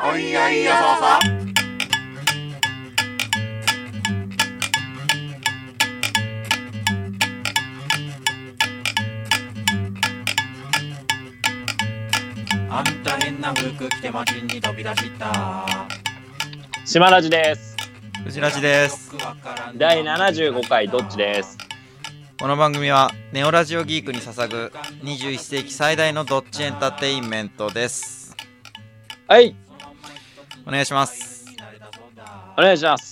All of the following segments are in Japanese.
おいやいやそうそう。あんた変な服着て街に飛び出した。 島ラジです。 藤ラジです。 第75回どっちです。 この番組はネオラジオギークに捧ぐ21世紀最大のどっちエンターテインメントです。 はい、 お願いします。 お願いします。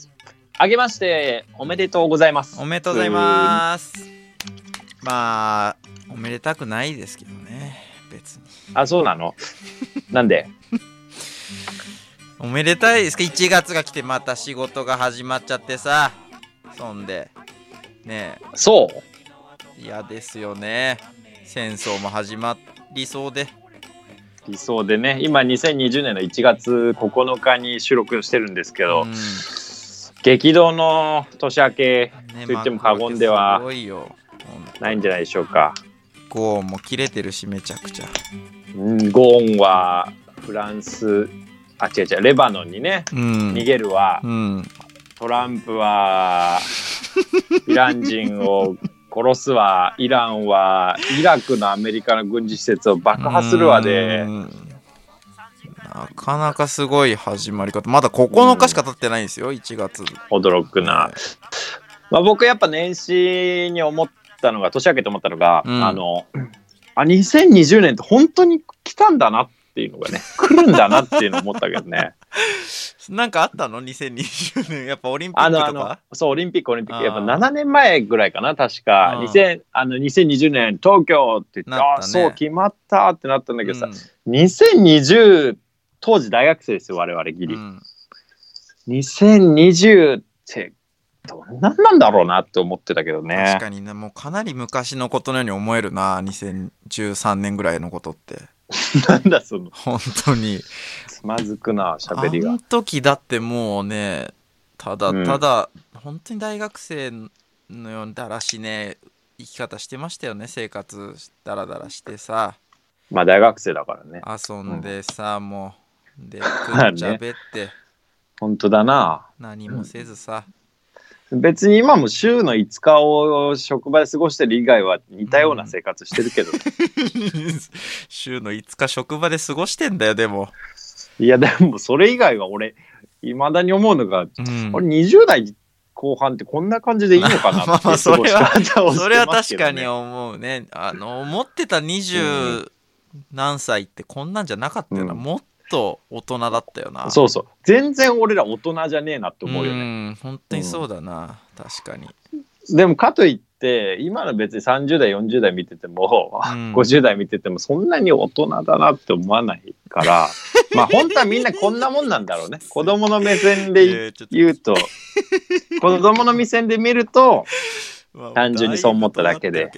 あげましておめでとうございます。 おめでとうございます。まあおめでたくないですけどね、別に。 あ、そうなのなんでおめでたいですか。1月が来てまた仕事が始まっちゃってさ、そんでねえ、 そう嫌ですよね。戦争も始まりそうで。 理想でね、今2020年の1月9日に収録してるんですけど、激動の年明けと言っても過言ではないんじゃないでしょうか。 ゴーンも切れてるし、めちゃくちゃ。 ゴーンはフランス、違うレバノンにね、逃げるわ、トランプはイラン人を殺すわ、イランはイラクのアメリカの軍事施設を爆破するわで、 なかなかすごい始まり方。まだ9日しか経ってないんですよ、1月。 驚くな。僕やっぱ年始に思ったのが、年明けて思ったのが、2020年って本当に来たんだなっていうのがね、来るんだなっていうのを思ったけどね。 なんかあったの ?2020 年。やっぱオリンピックとか。 そう、オリンピック。やっぱ7年前ぐらいかな、確か。2020年東京って言って、ね、そう、決まったってなったんだけどさ、2020、当時大学生ですよ、我々ギリ。2020ってどんなんなんだろうなって思ってたけどね。 確かにね、もうかなり昔のことのように思えるな、2013年ぐらいのことって。 なんだその。 本当に。 つまずくな、喋りが。 あの時だってもうね、ただ、本当に大学生のようにだらしね、生き方してましたよね、生活だらだらしてさ。 まあ大学生だからね。 遊んでさ、もう、で、食っちゃべって。 本当だな。 何もせずさ。 別に今も週の5日を職場で過ごしてる以外は似たような生活してるけど、ね週の5日職場で過ごしてんだよ。でもいや、でもそれ以外は俺いまだに思うのが、俺20代後半ってこんな感じでいいのかなって過ごし方をしてますけどね。 それは確かに思うね。思ってた20何歳ってこんなんじゃなかったよな、もっと大人だったよな。 そうそう、全然俺ら大人じゃねえなって思うよね。 本当にそうだな、確かに。 でもかといって今の別に30代40代見てても、50代見ててもそんなに大人だなって思わないからまあ本当はみんなこんなもんなんだろうね。子供の目線で言うと子供の目線で見ると単純にそう思っただけで、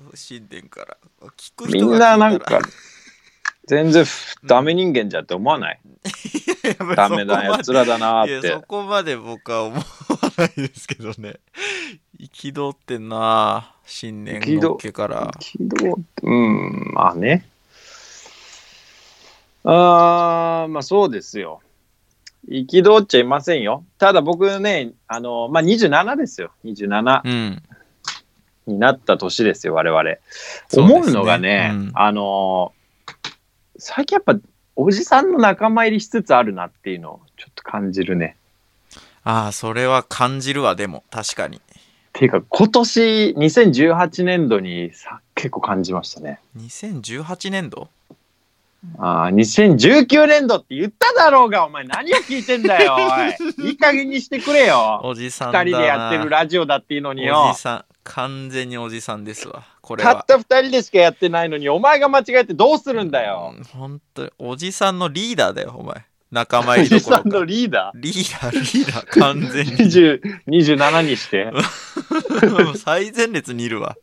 みんななんか全然ダメ人間じゃって思わない？ダメなやつらだなって。 いや、そこまで僕は思わないですけどね。憤ってんな、新年のっけから。 まあね。まあそうですよ。憤っちゃいませんよ。ただ僕ね、27ですよ。27、になった年ですよ、我々。思うのがね、最近やっぱおじさんの仲間入りしつつあるなっていうのをちょっと感じるね。 それは感じるわ。でも確かに。 っていうか今年2018年度に結構感じましたね。 2018年度 ？2019年度って言っただろうが、お前何を聞いてんだよおい。いい加減にしてくれよ。 おじさんだな。 2人でやってるラジオだっていうのによ。 おじさん、完全におじさんですわ。これはたった2人でしかやってないのにお前が間違えてどうするんだよ。 本当におじさんのリーダーだよ、お前。仲間入りどころか。 おじさんのリーダー完全に 27にして最前列にいるわ。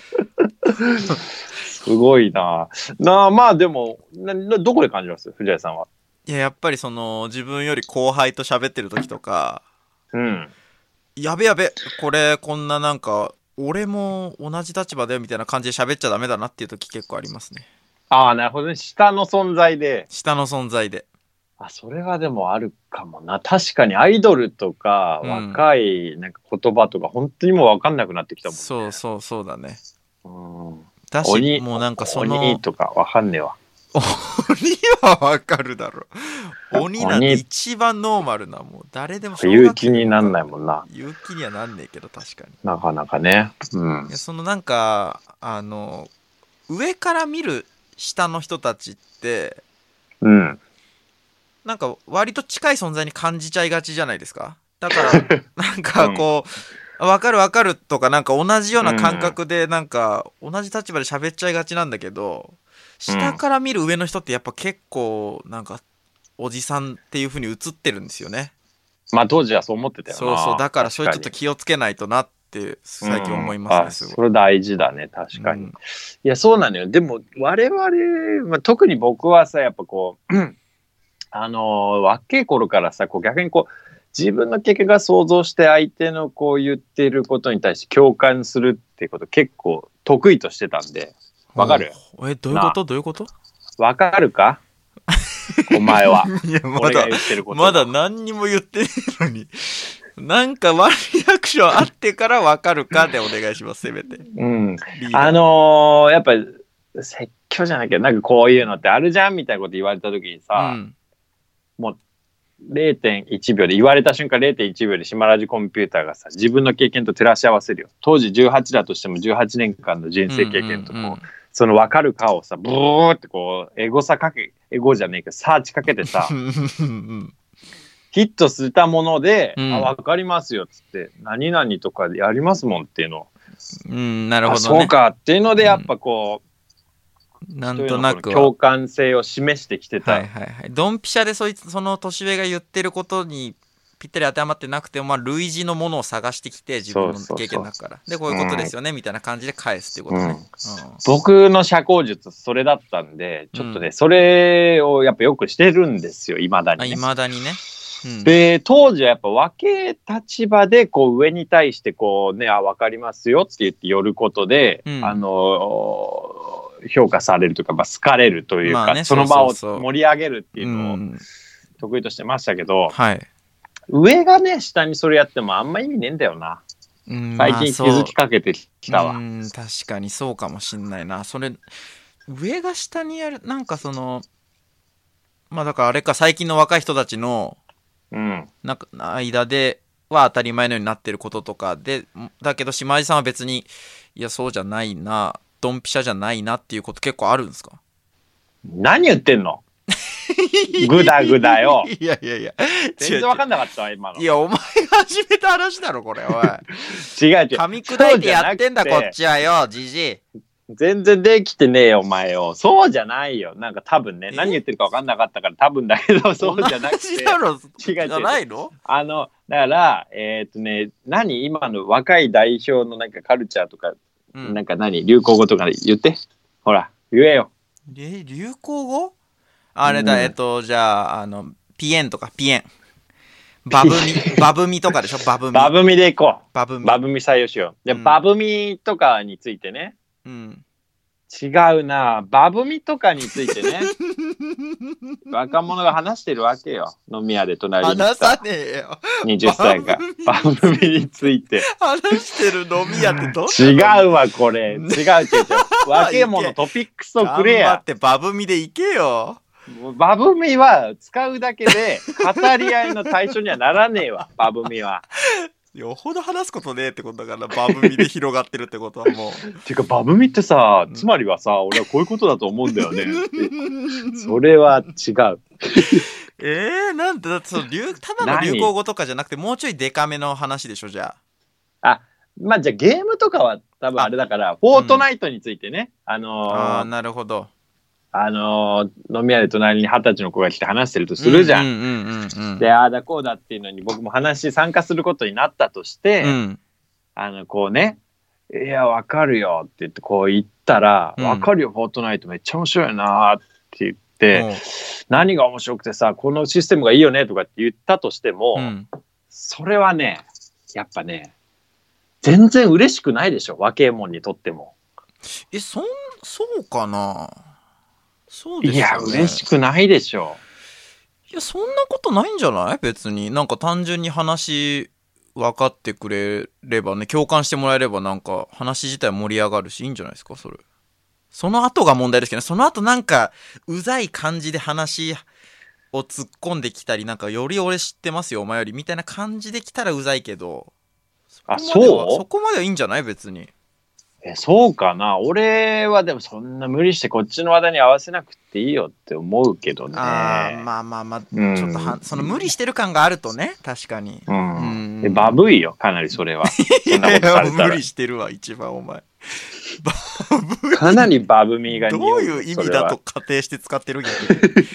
すごいな。まあでもどこで感じます藤谷さんは？ いや、やっぱりその自分より後輩と喋ってる時とか、やべこれこんななんか俺も同じ立場だよみたいな感じで喋っちゃダメだなっていう時結構ありますね。 なるほどね。下の存在で。 それはでもあるかもな。確かにアイドルとか若いなんか言葉とか本当にもう分かんなくなってきたもんね。 そうだね。 だし、もうなんか鬼とか分かんねえわ。 鬼は分かるだろ。鬼なんて一番ノーマルな、もう誰でも勇気になんないもんな。 勇気にはなんねえけど、確かに。 なかなかね。 そのなんか上から見る下の人たちって、なんか割と近い存在に感じちゃいがちじゃないですか。だからなんかこう、分かる分かるとか、なんか同じような感覚でなんか同じ立場で喋っちゃいがちなんだけど、下から見る上の人ってやっぱ結構なんかおじさんっていう風に映ってるんですよね。 まあ当時はそう思ってたよな。 そうだからそれちょっと気をつけないとなって最近思いますね。 それ大事だね、確かに。いやそうなのよ。でも我々、特に僕はさ、やっぱこう若い頃からさ、こう逆にこう自分の経験が想像して相手のこう言ってることに対して共感するってこと結構得意としてたんで。わかる？ どういうことわかるかお前は。 いやまだ何にも言ってないのになんかワンリアクションあってからわかるかでお願いします、せめて。 やっぱ説教じゃないけど、なんかこういうのってあるじゃんみたいなこと言われた時にさ、もう0.1 秒で言われた瞬間 0.1 秒で島ラジコンピューターがさ、自分の経験と照らし合わせるよ。当時18だとしても18年間の人生経験とこう、その分かるかをさ、ブーってこうエゴじゃねえけどサーチかけてさヒットしたもので、分かりますよっつって何々とかでやりますもんっていうのなるほどね。 そうかっていうのでやっぱこう、 なんとなく共感性を示してきてた。 ドンピシャでその年上が言ってることにぴったり当てはまってなくても、類似のものを探してきて自分の経験の中からでこういうことですよね、みたいな感じで返すっていうことね。 僕の社交術それだったんで、ちょっとね、それをやっぱよくしてるんですよ、いまだにね。 いまだにね。 で当時はやっぱ若い立場でこう上に対してこうね、分かりますよって言って寄ることで、評価されるというか、好かれるというか、その場を盛り上げるっていうのを得意としてましたけど、上がね下にそれやってもあんま意味ねえんだよな。最近気づきかけてきたわ。 確かにそうかもしんないな。それ上が下にやる、なんかそのだからあれか、最近の若い人たちのなんか間では当たり前のようになってることとかで、だけど島地さんは別にいやそうじゃないな、ドンピシャじゃないなっていうこと結構あるんですか？ 何言ってんのグダグダよ。 いや全然分かんなかったわ今の。 いやお前が始めた話だろこれ。おい違う噛み砕いてやってんだこっちはよ、じじい。 全然できてねえよお前よ。そうじゃないよ。なんか多分ね、何言ってるか分かんなかったから多分だけど、そうじゃなくて。 同じだろ。 違うじゃないの？ だから今の若い代表のなんかカルチャーとか、なんか流行語とか言って。ほら言えよ。 流行語？あれだ、じゃあピエンとかピエン。バブミとかでしょ。バブミ。 バブミでいこう。 バブミ採用しよう。で、バブミとかについてね。違うな、バブミとかについてね若者が話してるわけよ、飲み屋で隣に来た。 話さねえよ 20歳がバブミについて話してる飲み屋ってどんな？違うわこれ、違う若者トピックスをくれや。 頑張ってバブミでいけよ。 バブミは使うだけで語り合いの対象にはならねえわ。バブミはよほど話すことねえってことだから、バブミで広がってるってことはもうていうかバブミってさ、つまりはさ、俺はこういうことだと思うんだよねそれは違うなんでだってただの流行語とかじゃなくてもうちょいデカめの話でしょ。じゃあじゃあゲームとかは多分あれだから、フォートナイトについてね、 なるほど。 飲み屋で隣に20歳の子が来て話してるとするじゃん。で、ああだこうだっていうのに僕も参加することになったとして、こうね、いや、わかるよって言ってこう言ったら、わかるよ、フォートナイトめっちゃ面白いなって言って、何が面白くてさ、このシステムがいいよねとかって言ったとしても、それはね、やっぱね、全然嬉しくないでしょ、若えもんにとっても。 そうかな。そうですよね。 いや嬉しくないでしょ。 いや、そんなことないんじゃない別に。なんか単純に話分かってくれればね、共感してもらえればなんか話自体盛り上がるし、いいんじゃないですか、それ。その後が問題ですけどね、その後なんか、うざい感じで話を突っ込んできたり、なんか、より俺知ってますよ、お前より、みたいな感じできたらうざいけど、そこまではいいんじゃない別に。 そうかな。俺はでもそんな無理してこっちの話題に合わせなくていいよって思うけどね。 まあ、ちょっとその無理してる感があるとね、確かに。 バブいよ、かなりそれは。そんなことされたら。 無理してるわ、一番お前。 かなりバブみがどういう意味だと仮定して使ってる逆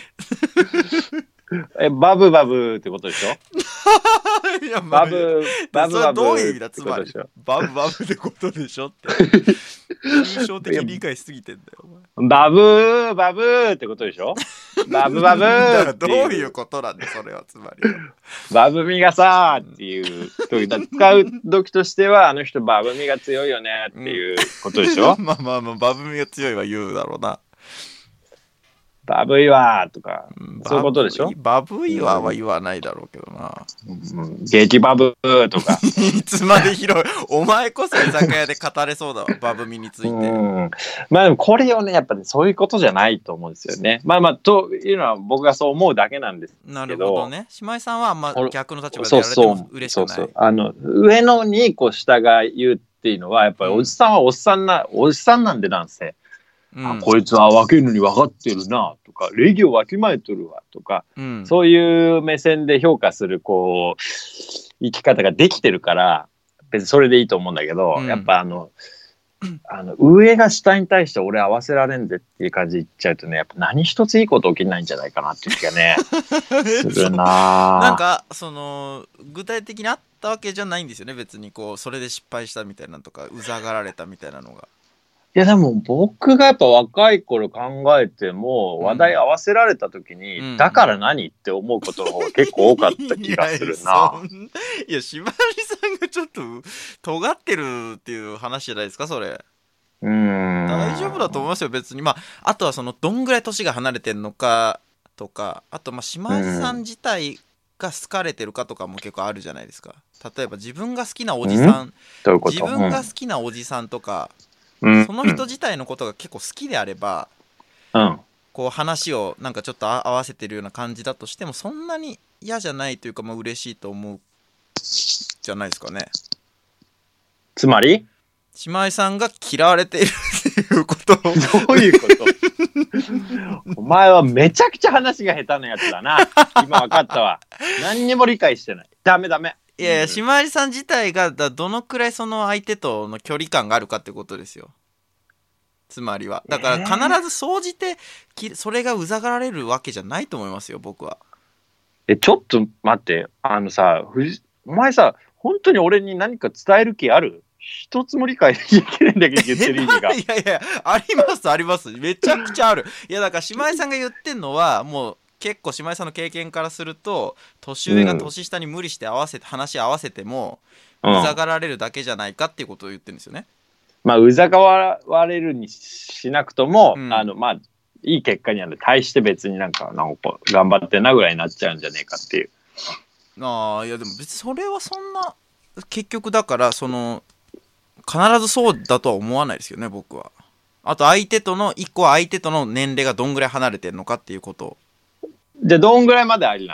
に。 バブバブってことでしょいや、 バブバブバブどういう意味だつまりバブバブってことでしょって抽象的に理解しすぎてんだよお前。 バブバブってことでしょバブバブだからどういうことなんだそれはつまりバブみがさーっていう使う時としてはあの人バブみが強いよねっていうことでしょ、 まあバブみが強いは言うだろうな。 バブいわーとか、そういうことでしょ。 バブいわは言わないだろうけどな。 激バブーとか。 いつまで広い。お前こそ居酒屋で語れそうだわ、バブみについて。 まあでもこれをね、やっぱりそういうことじゃないと思うんですよね。まあ、というのは僕がそう思うだけなんですけど。 なるほどね。姉妹さんはまあ逆の立場でやられても嬉しくない。そう上のにこう下が言うっていうのは、やっぱりおじさんはおっさんなんでなんせ。こいつは分けるのに分かってるなとか礼儀をわきまえとるわとか、そういう目線で評価するこう生き方ができてるから別にそれでいいと思うんだけど、やっぱ上が下に対して俺合わせられんぜっていう感じで言っちゃうとね、やっぱ何一ついいこと起きないんじゃないかなっていう気がねするな。 なんかその具体的にあったわけじゃないんですよね別にこうそれで失敗したみたいなとかうざがられたみたいなのが。 いやでも僕がやっぱ若い頃考えても話題合わせられた時に、だから何って思うことの方が結構多かった気がするな。 いやしばりさんがちょっと尖ってるっていう話じゃないですかそれ。大丈夫だと思いますよ別に。まああとはそのどんぐらい年が離れてんのかとか、あとまあ島井さん自体が好かれてるかとかも結構あるじゃないですか。例えば自分が好きなおじさん、自分が好きなおじさんとか。その人自体のことが結構好きであれば、こう話をなんかちょっと合わせてるような感じだとしてもそんなに嫌じゃないというか、まあ嬉しいと思うじゃないですかね。 つまり姉妹さんが嫌われているっていうことどういうことお前はめちゃくちゃ話が下手なやつだな。今分かったわ。何にも理解してない。ダメ。 いや姉妹さん自体がどのくらいその相手との距離感があるかってことですよ。つまりはだから必ず総じてそれがうざがられるわけじゃないと思いますよ僕は。 ちょっと待って、お前さ本当に俺に何か伝える気ある？一つも理解できないんだけど言ってる意味が。 いやありますめちゃくちゃある。いやだから姉妹さんが言ってんのはもう結構姉妹さんの経験からすると年上が年下に無理して話合わせてもうざがられるだけじゃないかっていうことを言ってるんですよね。 まあうざがられるにしなくとも、まあいい結果には対して別になんか頑張ってなぐらいになっちゃうんじゃねえかっていう。 いやでも別にそれはそんな結局だからその必ずそうだとは思わないですよね僕は。あと一個は相手との年齢がどんぐらい離れてるのかっていうことを。 じゃあどんぐらいまでありな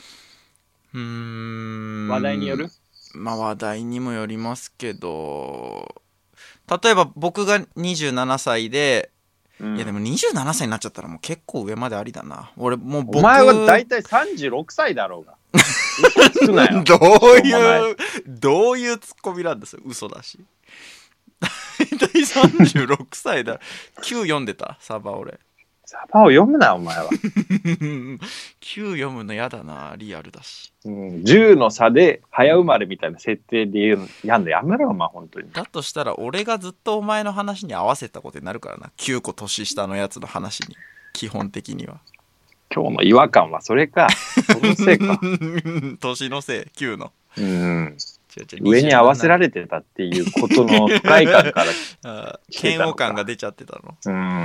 の？話題による？ まあ話題にもよりますけど、例えば僕が27歳で、いやでも27歳になっちゃったらもう結構上までありだな。俺もうお前はだいたい36歳だろうが。嘘つくなよ。 どういうツッコミなんですよ。嘘だし。だいたい36歳だ。9読んでたサバ俺。 サバを読むなお前は。 9読むのやだなリアルだし。 10の差で早生まれみたいな設定でやんのやめろお前本当に。 だとしたら俺がずっとお前の話に合わせたことになるからな。9個年下のやつの話に基本的には。 今日の違和感はそれか。そのせいか。 年のせい9の。 上に合わせられてたっていうことの不快感から嫌悪感が出ちゃってたの。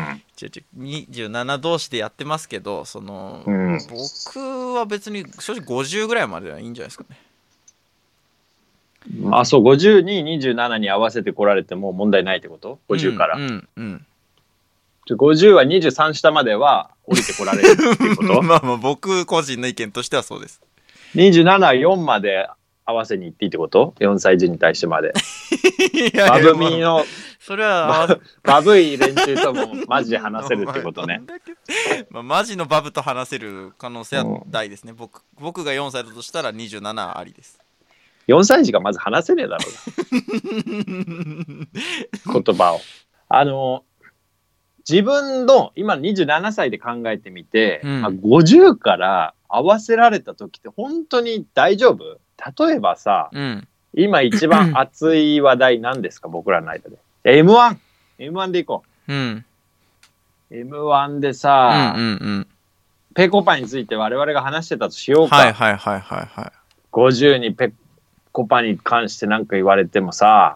27 同士でやってますけど、その、僕は別に正直50ぐらいまではいいんじゃないですかね。 あ、そう、50に27に合わせてこられても問題ないってこと？ 50 から。50は23下までは降りてこられるっていうことまあ僕個人の意見としてはそうです。 27は4まで合わせに行っていいってこと？ 4 歳児に対してまで。バブミのそれはバブい連中ともマジで話せるってことね。 マジのバブと話せる可能性は大ですね。僕が4歳だとしたら27ありです。 4歳児がまず話せねえだろう言葉を。自分の今27歳で考えてみて、50から合わせられた時って本当に大丈夫？例えばさ、今一番熱い話題なんですか僕らの間で。M1 でいこう。M1 でさ、ペコパについて我々が話してたとしようか。50にペコパに関して何か言われてもさ、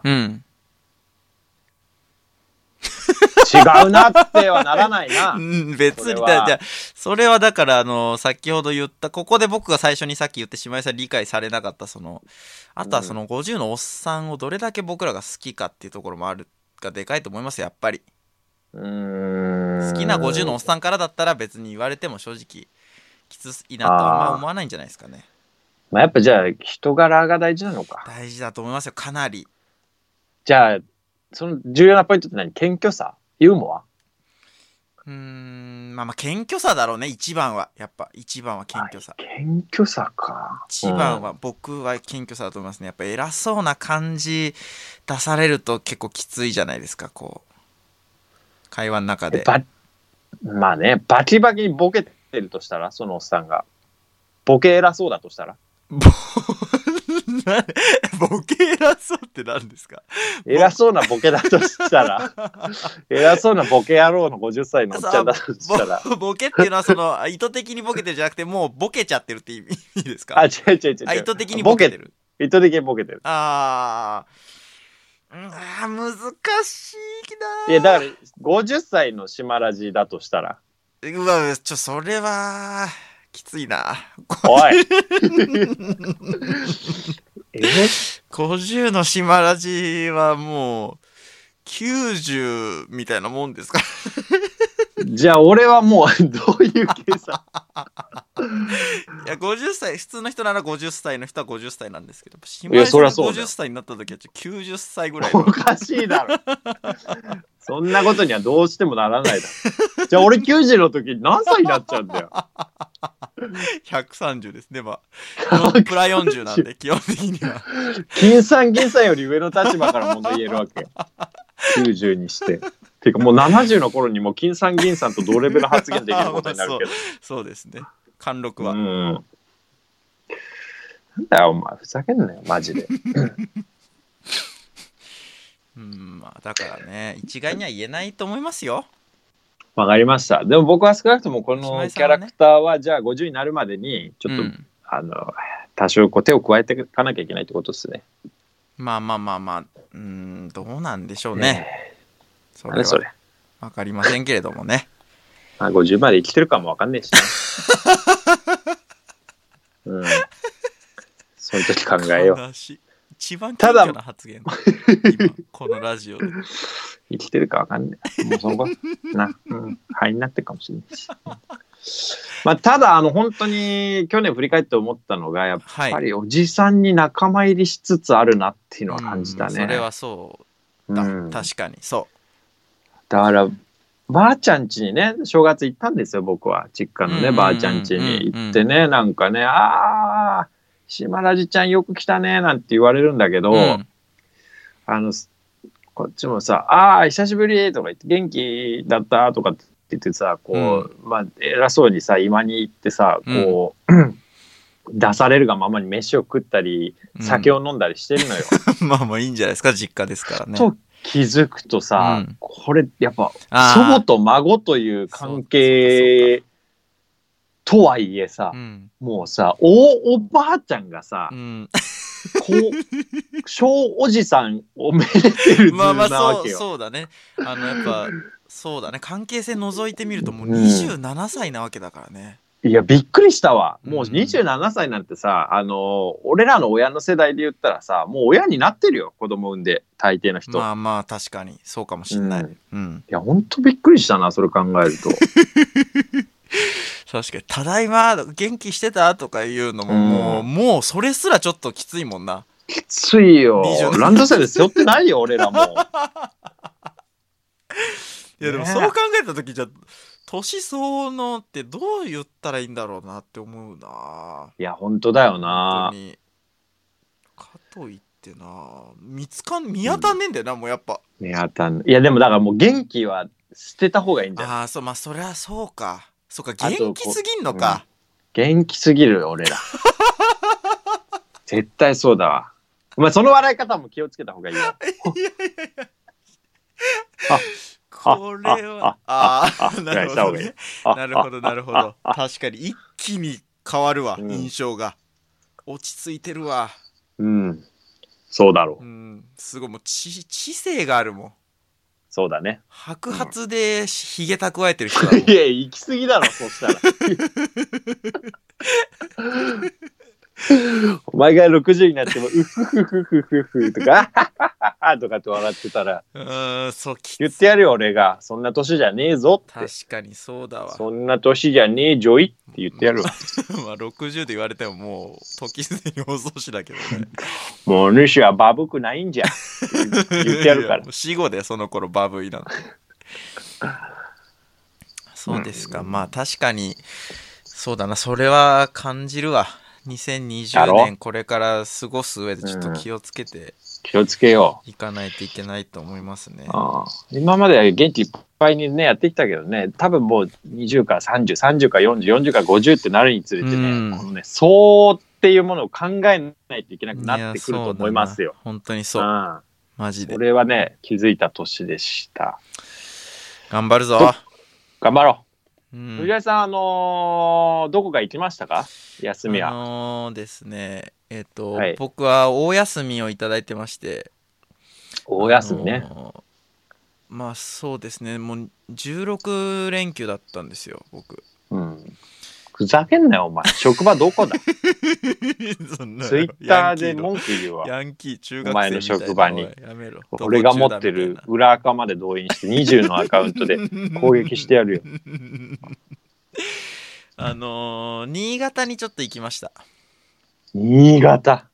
違うなってはならないな。 別にそれはだから先ほど言ったここで僕が最初にさっき言ってしまいさん理解されなかったあとはその50のおっさんをどれだけ僕らが好きかっていうところもあるがでかいと思いますよやっぱり。好きな50のおっさんからだったら別に言われても正直きついなとはあんま思わないんじゃないですかね。 まあ、やっぱじゃあ人柄が大事なのか。 大事だと思いますよかなり。 じゃあその重要なポイントって何？謙虚さ？ユーモア？ まあ謙虚さだろうね。一番は謙虚さ。 謙虚さか。 一番は僕は謙虚さだと思いますね。やっぱ偉そうな感じ出されると結構きついじゃないですかこう会話の中で。 まあね、バキバキにボケてるとしたら、そのおっさんがボケ偉そうだとしたらボケ偉そうって何ですか？ 偉そうなボケだとしたら偉そうなボケ野郎の50歳のおっちゃんだとしたらボケっていうのはその意図的にボケてるじゃなくてもうボケちゃってるって意味ですか？ 違う。 意図的にボケてる。 意図的にボケてる。 難しいな。 いやだから50歳の島ラジだとしたらそれはきついな。 おい 50の島ラジはもう90みたいなもんですか？ じゃあ俺はもうどういう計算いや50歳普通の人なら50歳の人は50歳なんですけど島ラジが 50歳になった時は90歳ぐらいおかしいだろそんなことにはどうしてもならないだろ。じゃあ俺90の時何歳になっちゃうんだよ。 130ですね。まあプラ40なんで基本的には金さんより上の立場から物言えるわけ90にしててかもう70の頃にもう金さん銀さんと同レベルの発言できることになるけどそうですね貫禄はなんだよお前ふざけんなよマジでまあだからね一概には言えないと思いますよ。 わかりました。でも僕は少なくともこのキャラクターはじゃあ50になるまでにちょっと、多少こう手を加えていかなきゃいけないってことですね。 まあどうなんでしょうね。それわかりませんけれどもね。 まあ50まで生きてるかもわかんないしね。その時考えよう。 一番謙虚な発言今このラジオで生きてるかわかんない。もうその後灰になってるかもしれないし。まあただ本当に去年振り返って思ったのがやっぱりおじさんに仲間入りしつつあるなっていうのは感じたね。 それはそうだ、確かにそう。 だからばあちゃん家にね正月行ったんですよ僕は実家のねばあちゃん家に行ってねなんかね島ラジちゃんよく来たねなんて言われるんだけど、こっちもさ久しぶりとか言って元気だったとかって言ってさこう、まあ偉そうにさ居間に行ってさこう、出されるがままに飯を食ったり酒を飲んだりしてるのよ。 まあいいんじゃないですか実家ですからね。 と気づくとさ、これやっぱ祖母と孫という関係とはいえさ、もうさおばあちゃんがさ、 小おじさんをめでてる図なわけよ。 そうだね。やっぱ、そうだね。関係性覗いてみるともう27歳なわけだからね。 いや、びっくりしたわ。もう27歳なんてさ、俺らの親の世代で言ったらさ、もう親になってるよ、子供産んで、大抵の人。 まあまあ、確かに、そうかもしんない。いや、ほんとびっくりしたな、それ考えると。 確かに、ただいま、元気してたとか言うのも、もう、それすらちょっときついもんな。 きついよ。ランドセル背負ってないよ、俺らも。 いや、でもそう考えたときじゃ、年相応のってどう言ったらいいんだろうなって思うな。 いや、本当だよな。 本当に。かといってな、見当たんねえんだよな、もうやっぱ。 見当たん。いや、でもだからもう元気は捨てた方がいいんじゃない？ ああ、そう、まあ、そりゃそうか。そうか、元気すぎんのか。 元気すぎるよ、俺ら。絶対そうだわ。お前、その笑い方も気をつけた方がいいよ。いやいやいや。 これは、なるほどね。なるほど、なるほど。確かに一気に変わるわ、印象が。落ち着いてるわ。 そうだろう。 すごい、もう知性があるもん。 そうだね。 白髪でひげ蓄えてる人だもん。 いや、行き過ぎだろ、そしたら。お前が60になっても、うふふふふふふとか、とかって笑ってたら、 そう言ってやるよ、俺が。そんな年じゃねえぞって。 確かにそうだわ。 そんな年じゃねえじょいって言ってやるわ。 まあ、60で言われてももう、時すでに遅しだけどね。 もう主はバブくないんじゃ。言ってやるから。 死後でその頃バブいなんて。そうですか。まあ確かに、そうだな、それは感じるわ。2020年これから過ごす上でちょっと気をつけて、 気をつけよういかないといけないと思いますね。 今までは元気いっぱいにねやってきたけどね、多分もう20から30、30から40、40から50ってなるにつれてね、このねそうっていうものを考えないといけなくなってくると思いますよ。 本当にそう。マジで。 これはね気づいた年でした。 頑張るぞ。 頑張ろう。藤井さん、どこか行きましたか？休みは。 ですね、僕は大休みをいただいてまして。 大休みね。 まあそうですね、もう16連休だったんですよ、僕。 ふざけんなよ、お前。職場どこだ？ツイッターで文句言うわ。 ヤンキー中学生みたいな。 お前の職場に。 やめろ。 俺が持ってる裏垢まで動員して20のアカウントで攻撃してやるよ。 新潟にちょっと行きました。 新潟。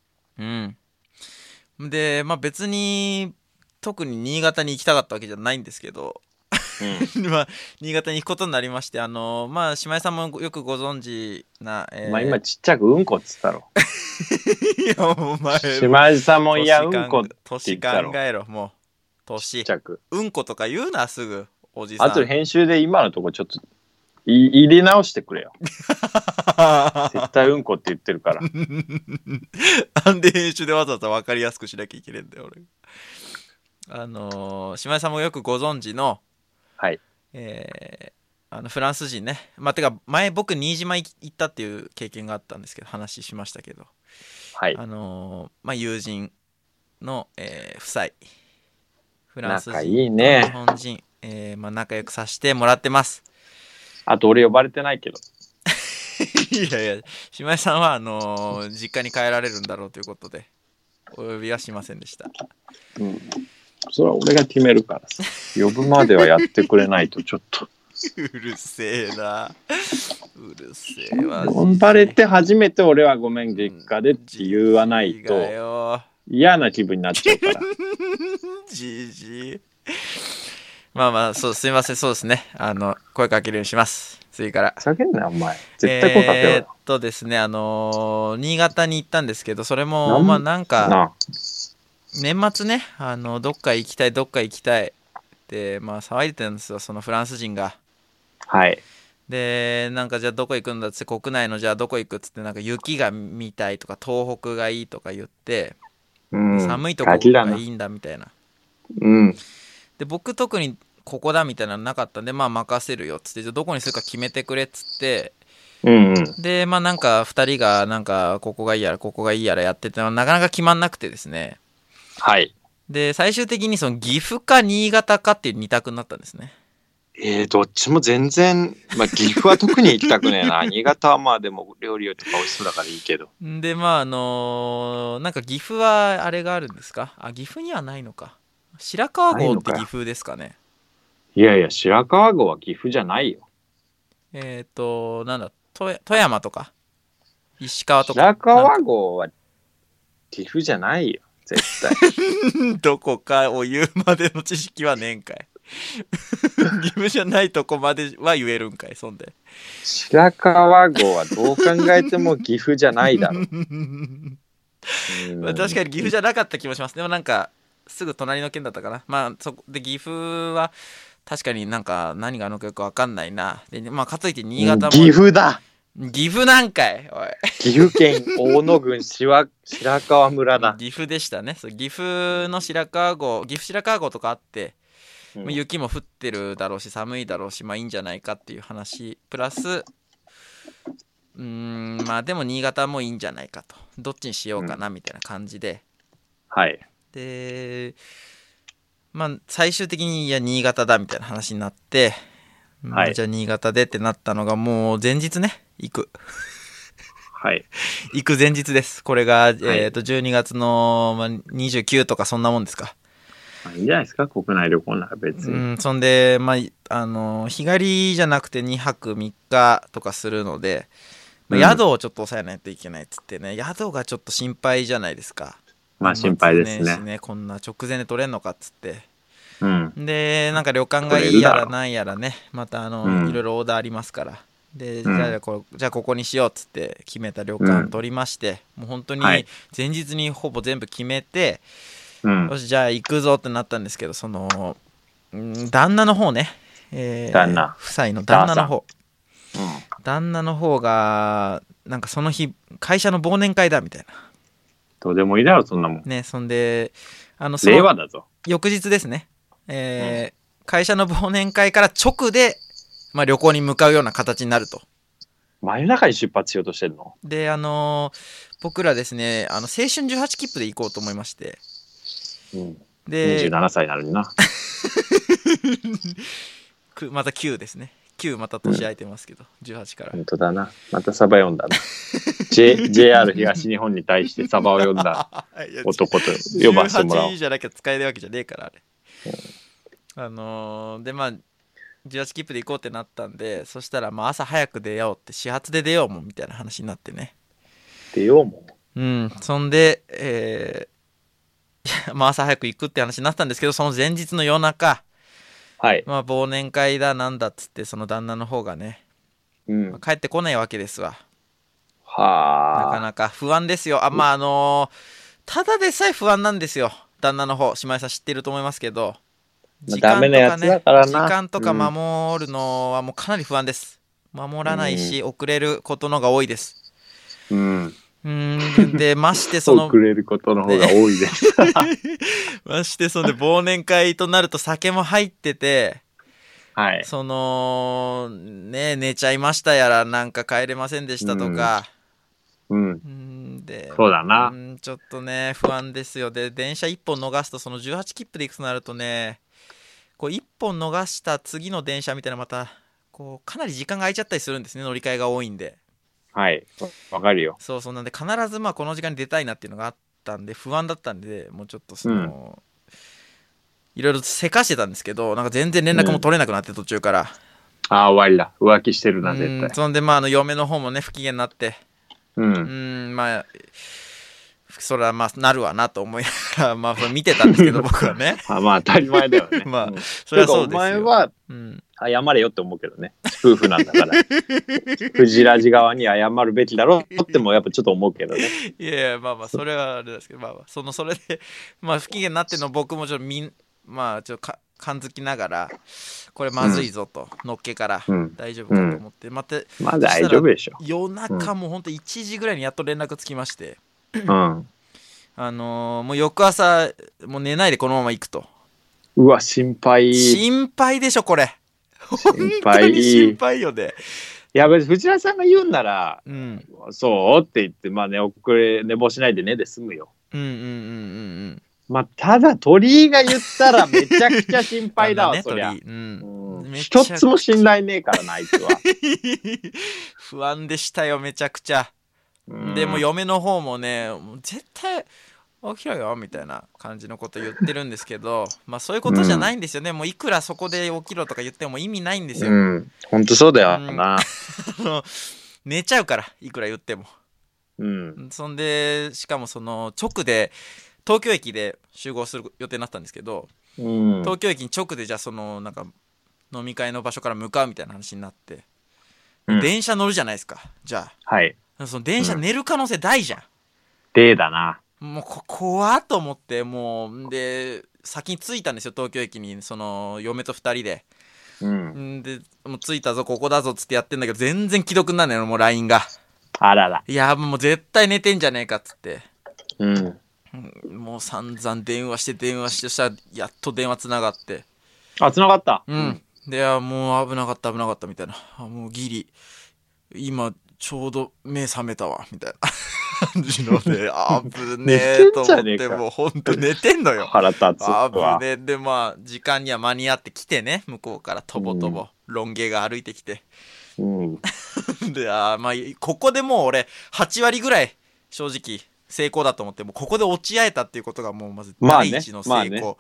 で、まあ別に特に新潟に行きたかったわけじゃないんですけど、まあ、新潟に行くことになりまして、まあ、姉妹さんもよくご存知な、 まあ今ちっちゃくうんこっつったろ。 いや、お前、 姉妹さんもいやうんこって言ったろ。 年考えろ、もう。年。 ちっちゃく。 うんことか言うな、すぐ、おじさん。 あと編集で今のとこちょっと入れ直してくれよ。絶対うんこって言ってるから。 なんで編集でわざわざ分かりやすくしなきゃいけないんだよ、俺。姉妹さんもよくご存知の、 はい。 フランス人ね。まあ、てか、前僕、新島行ったっていう経験があったんですけど、話しましたけど、 はい。 まあ、友人の、夫妻。フランス人仲いいね。 日本人、まあ、仲良くさせてもらってます。 あと、俺呼ばれてないけど。 いやいや、姉妹さんは、実家に帰られるんだろうということで、お呼びはしませんでした。 それは俺が決めるからさ。呼ぶまではやってくれないとちょっと。 うるせえな。うるせえわ。 呼ばれて初めて俺はごめん実家でって言わないと嫌な気分になっちゃうから。 じじい。まあまあ、そう、すいません、そうですね。声かけるようにします。次から。 ふざけんなよ、お前。絶対声かけろよ。 ですね、新潟に行ったんですけど、それも、まあなんか、年末ね、どっか行きたいってまあ騒いでたんですよ、そのフランス人が。 はい。 で、なんかじゃあどこ行くんだっつって、国内のじゃあどこ行くっつって、なんか雪が見たいとか東北がいいとか言って、寒いとこがいいんだみたいな。で、僕特にここだみたいなのなかったんで、まあ任せるよっつって、じゃあどこにするか決めてくれっつって、 うんうん。 で、まあなんか2人がなんかここがいいやらここがいいやらやってて、なかなか決まんなくてですね。 はい。 で、最終的にその岐阜か新潟かっていう2択になったんですね。 どっちも全然、まあ岐阜は特に行きたくねえな。新潟はまあでも料理とか美味しそうだからいいけど。 で、まあなんか岐阜はあれがあるんですか？岐阜にはないのか。白川郷って岐阜ですかね。 いやいや、白川郷は岐阜じゃないよ。 なんだ、富山とか石川とか。 白川郷は岐阜じゃないよ。絶対。 どこかを言うまでの知識はねえんかい。岐阜じゃないとこまでは言えるんかい、そんで。 白川郷はどう考えても岐阜じゃないだろ。 まあ確かに岐阜じゃなかった気もします。でもなんか、すぐ隣の県だったかな。まあそこで岐阜は確かになんか何があるのかよくわかんないな。で、まあかといって新潟も。 岐阜だ。 岐阜なんかい、おい。 岐阜県大野郡白川村だ。 岐阜でしたね。岐阜の白川郷、岐阜白川郷とかあって、雪も降ってるだろうし寒いだろうし、まあいいんじゃないかっていう話プラス、まあでも新潟もいいんじゃないかと、どっちにしようかなみたいな感じで、 はい。 でまあ最終的にいや新潟だみたいな話になって、はい、じゃあ新潟でってなったのがもう前日ね、行く前日です。これが、12月の、29とかそんなもんですか。 いいんじゃないですか、国内旅行なら別に。 そんで、日帰りじゃなくて2泊3日とかするので、宿をちょっと抑えないといけないっつってね、宿がちょっと心配じゃないですか。 まあ心配ですね。 こんな直前で取れんのかっつって。 うん、 で、なんか旅館がいいやらなんやらね、またいろいろオーダーありますから。で、じゃあここにしようっつって決めた旅館取りまして、もう本当に前日にほぼ全部決めて、よしじゃあ行くぞってなったんですけど、その旦那の方ね、夫妻の旦那の方、旦那の方がなんかその日会社の忘年会だみたいな。 どうでもいいだろそんなもんね。そんで令和だぞ。 翌日ですね、会社の忘年会から直で、旅行に向かうような形になると。 真夜中に出発しようとしてるの？ で僕らですね、青春18切符で行こうと思いまして、 で27歳なのにな。 また9ですね。9また年空いてますけど、18から。 本当だな。またサバ読んだな。JR 東日本に対してサバを読んだ男と呼ばせてもらおう。 18じゃなきゃ使えるわけじゃねえからあれ。でまあ18切符で行こうってなったんで、そしたら朝早く出ようって、始発で出ようもんみたいな話になってね。 出ようもん。そんで、朝早く行くって話になったんですけど、その前日の夜中、忘年会だなんだっつって、その旦那の方がね、帰ってこないわけですわ。なかなか不安ですよ。ただでさえ不安なんですよ、旦那の方。島井さん知ってると思いますけど、時間とか守るのはもうかなり不安です。守らないし、遅れることのが多いです。でまして遅れることの方が多いですまして忘年会となると酒も入ってて、寝ちゃいましたやら、なんか帰れませんでしたとか、 そうだな。 ちょっとね不安ですよ。で電車1本逃すと、その18切符で行くとなるとね、1本逃した次の電車みたいな、またかなり時間が空いちゃったりするんですね、乗り換えが多いんで。 わかるよ。 そうなんで、必ずこの時間に出たいなっていうのがあったんで不安だったんで、もうちょっといろいろせかしてたんですけど、なんか全然連絡も取れなくなって、途中から。 終わりだ。浮気してるな絶対。 そんで嫁の方もね不機嫌になって、それはなるわなと思いながら見てたんですけど僕はね。 当たり前だよね。 それはそうですよ。 お前は謝れよって思うけどね、夫婦なんだからフジラジ側に謝るべきだろうってもやっぱちょっと思うけどね。 いやそれはあれですけど、それで不機嫌になってるの僕もちょっとちょっと感づきながら、これまずいぞと、のっけから大丈夫かと思って、 大丈夫でしょ。 夜中もうほんと1時ぐらいにやっと連絡つきまして、もう翌朝もう寝ないでこのまま行くと。 うわ心配でしょこれ。心配よね。 や別に藤原さんが言うんなら、 うん。 そうって言って、まあ寝坊しないでねで済むよ。 うんうんうんうんうん。 まあ、ただ鳥居が言ったらめちゃくちゃ心配だわ、 ね、 そりゃ。 鳥居。うん。 一つも信頼ねえからな、あいつは。 不安でしたよ、めちゃくちゃ。でも嫁の方もね、もう絶対起きろよみたいな感じのこと言ってるんですけど、まあそういうことじゃないんですよね。もういくらそこで起きろとか言っても意味ないんですよ。 ほんとそうだよな。 寝ちゃうから、いくら言っても。そんで、しかもその直で、東京駅で集合する予定になったんですけど、東京駅に直でじゃあそのなんか飲み会の場所から向かうみたいな話になって、電車乗るじゃないですか。じゃあ、はい、その電車寝る可能性大じゃん。 だな。 もう怖っと思って、もうで先に着いたんですよ、東京駅に。その嫁と2人で。でもう着いたぞここだぞっつってやってんだけど、全然既読になんないの、もう LINE が。 あらら。 いやもう絶対寝てんじゃねえかっつって、もう散々電話してそしたらやっと電話つながって。 つながった。 でもう危なかったみたいな。もうギリ今ちょうど目覚めたわみたいな感じので、危ねえと思って、もうほんと寝てんのよ。 腹立つわ。 危ねえ。でまあ時間には間に合ってきてね、向こうからとぼとぼロン毛が歩いてきて、でまあここでもう俺8割ぐらい正直成功だと思って、もうここで落ち合えたっていうことがもうまず第一の成功。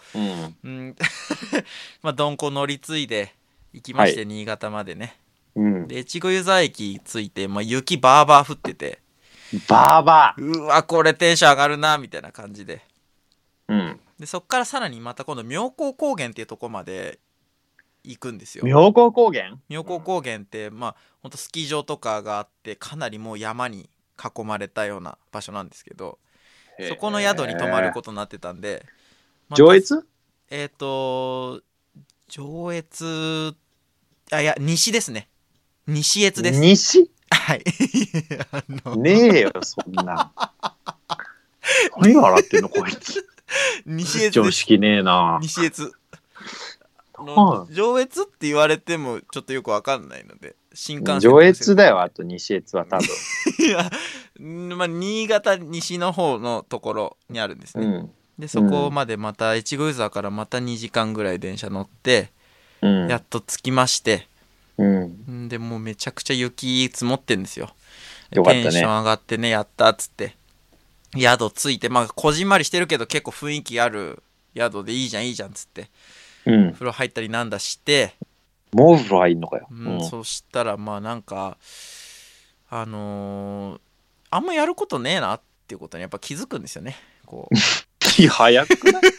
まあ鈍行乗り継いで行きまして、新潟までね。で越後湯沢駅着いて、まあ、雪バーバー降ってて、うわこれテンション上がるなみたいな感じで、でそっからさらにまた今度妙高高原っていうとこまで行くんですよ。 妙高高原ってまあほんとスキー場とかがあって、かなりもう山に囲まれたような場所なんですけど、そこの宿に泊まることになってたんで、 上越上越、いや西ですね。西越です。 西はいねえよそんな。何笑ってんのこいつ。 西越です。 常識ねえな。 西越上越って言われてもちょっとよくわかんないので、新幹線上越だよ。あと西越は多分いやまあ新潟西の方のところにあるんですね。でそこまでまた越後湯沢からまた2時間ぐらい電車乗って、やっと着きまして、でもうめちゃくちゃ雪積もってんですよ。 よかったね。 テンション上がってね、やったっつって宿着いて、まあこじんまりしてるけど結構雰囲気ある宿でいいじゃんっつって、風呂入ったりなんだして。 もう風呂入んのかよ。 そしたらまあなんかあんまやることねえなっていうことにやっぱ気づくんですよね。こう早くない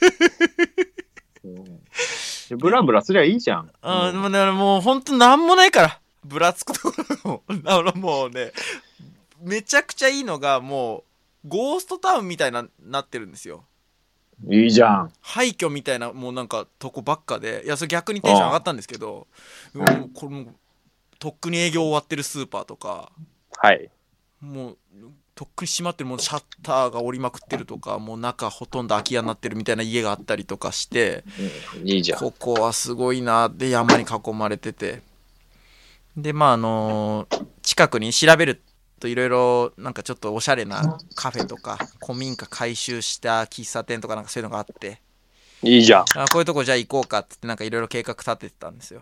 ブラブラすりゃいいじゃん。 もうほんとなんもないから、ブラつくところもうね、めちゃくちゃいいのが、もうゴーストタウンみたいなってるんですよ。 いいじゃん。 廃墟みたいなもうなんかとこばっかで、いやそれ逆にテンション上がったんですけど、これもとっくに営業終わってるスーパーとか、もうとっくに閉まってる、もうシャッターが折りまくってるとか、もう中ほとんど空き家になってるみたいな家があったりとかして、 いいじゃん。 ここはすごいな。で山に囲まれてて、でまあ近くに調べるといろいろなんかちょっとおしゃれなカフェとか古民家改修した喫茶店とかなんかそういうのがあって、 いいじゃん。 こういうとこじゃあ行こうかってなんかいろいろ計画立ててたんですよ。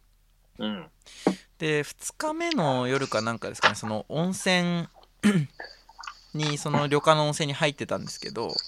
で2日目の夜かなんかですかね、その温泉に、その旅館の温泉に入ってたんですけど、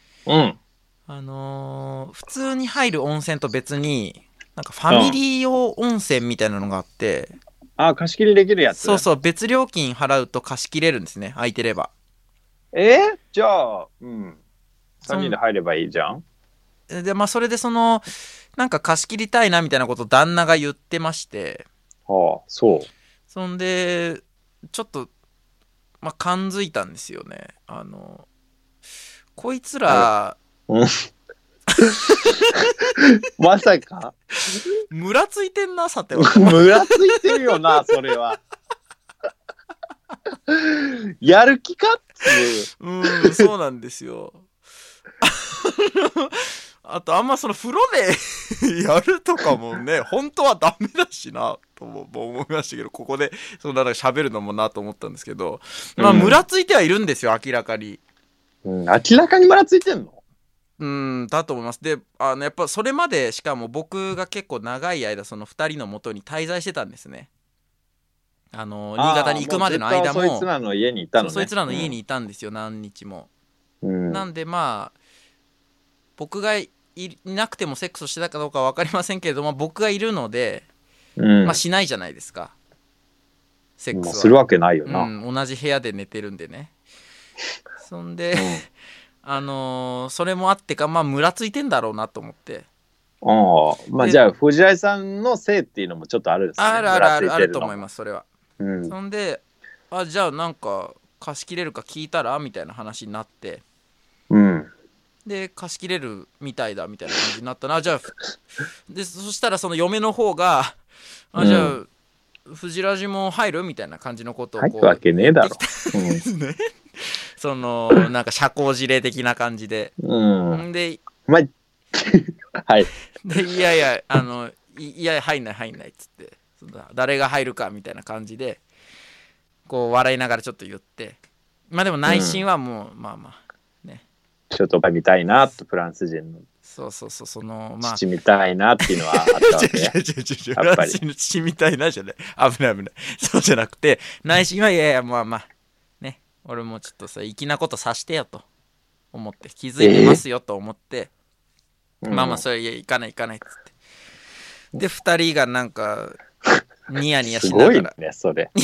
普通に入る温泉と別になんかファミリー用温泉みたいなのがあって、 貸し切りできるやつ。 そう別料金払うと貸し切れるんですね、空いてれば。 じゃあ3人で入ればいいじゃん。 でまあそれでなんか貸し切りたいなみたいなことを旦那が言ってまして、そんでちょっとまあ感づいたんですよね。こいつらまさかムラついてんな、さては。 ムラついてるよな、それは。やる気かっていう。 そうなんですよ。 あとあんまその風呂でやるとかもね本当はダメだしなとも思いましたけど、ここでそのなんか喋るのもなと思ったんですけど、まあムラついてはいるんですよ、明らかに。 明らかにムラついてんの？ だと思います。でやっぱそれまでしかも僕が結構長い間その2人の元に滞在してたんですね。新潟に行くまでの間もそいつらの家にいたのね。 そいつらの家にいたんですよ、何日も。なんでまあ僕がいなくてもセックスをしてたかどうかは分かりませんけれども、僕がいるので、まあしないじゃないですか、セックスは。 するわけないよな。 同じ部屋で寝てるんでね。そんで、それもあってか、まあムラついてんだろうなと思って。 まあじゃあ藤井さんのせいっていうのもちょっとあるんですね。 あると思います、それは。そんでじゃあなんか貸し切れるか聞いたらみたいな話になって、で貸し切れるみたいだみたいな感じになったな。じゃあでそしたらその嫁の方がじゃあ藤ラジも入るみたいな感じのことを入るわけねえだろ。 そのなんか社交辞令的な感じで、ではい。 でいや入んないっつって、誰が入るかみたいな感じでこう笑いながらちょっと言って、まあでも内心はもう、まあね、ちょっと見たいなと、フランス人のそのまあ父みたいなっていうのはあったわけ。 フランス人の父みたいなじゃない、危ないそうじゃなくて、内心はいやまあね、俺もちょっとさ粋なことさしてよと思って、気づいてますよと思って、まあそれ行かないっつって、で2人がなんかニヤニヤしながら、 すごいねそれ。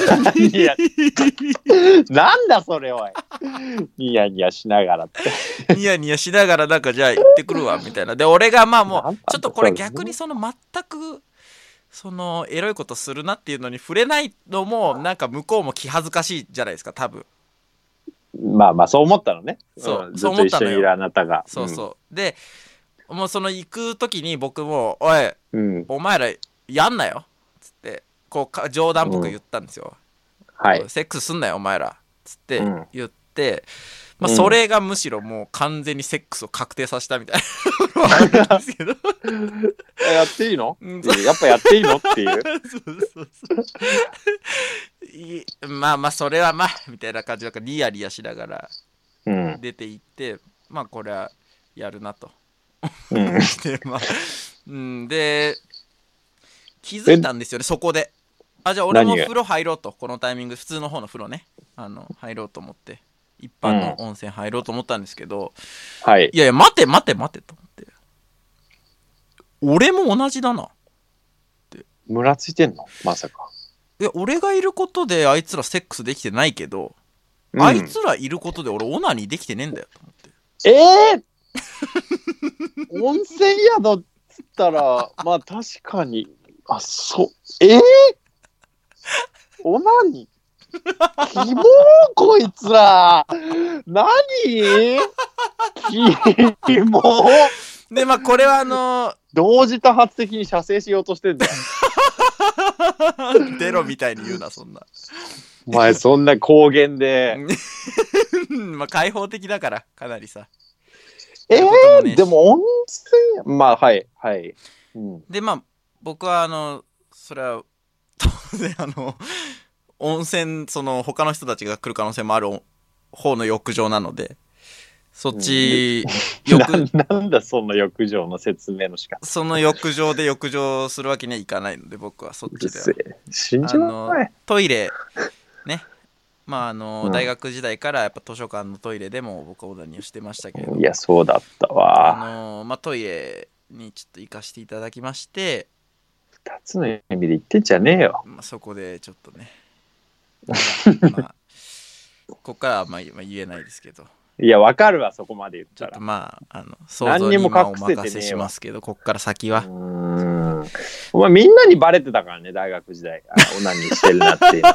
なんだそれ、おい。ニヤニヤしながらってニヤニヤしながら、なんかじゃあ行ってくるわみたいな。で俺がまあもうちょっとこれ逆にその全くそのエロいことするなっていうのに触れないのもなんか向こうも気恥ずかしいじゃないですか、多分。 まあそう思ったのね。 そうずっと一緒にいるあなたが。 でもうその行く時に僕もおい、お前らやんなよつってこう冗談っぽく言ったんですよ。セックスすんなよお前らつって言って、まあそれがむしろもう完全にセックスを確定させたみたいなのはあるんですけどやっていいの？やっぱやっていいのっていう。 まあそれはまあみたいな感じでニヤニヤしながら出て行って、まあこれはやるなとしてで気づいたんですよね、そこで。じゃあ俺も風呂入ろうと、このタイミング普通の方の風呂ね、入ろうと思って一般の温泉入ろうと思ったんですけど、いや待てと思って、俺も同じだなって。 ムラついてんのまさか。 いや俺がいることであいつらセックスできてないけど、あいつらいることで俺オナニーできてねえんだよと思って。 温泉宿っつったらまあ確かにオナニーキモーこいつら何キモーでまあこれは同時多発的に射精しようとしてんだよ。 テロみたいに言うなそんな。 お前そんな高原でまあ開放的だからかなりさ。 でも温泉まあはい、 でまあ僕はそれは当然温泉その他の人たちが来る可能性もある方の浴場なので、そっち、 なんだその浴場の説明の仕方。 その浴場で浴場するわけにはいかないので、僕はそっちでは信じられない。 トイレね、まあ大学時代からやっぱ図書館のトイレでも僕はオナニーをしてましたけれども、 いやそうだったわ。 まあトイレにちょっと行かせていただきまして、 2つの意味で言ってんじゃねえよ。 まあ、そこでちょっとねまあここからはまあ言えないですけど、 いやわかるわ、そこまで言ったら。 ちょっとまあ想像にお任せしますけど、ここから先はお前みんなにバレてたからね、大学時代オナニーしてるなっていう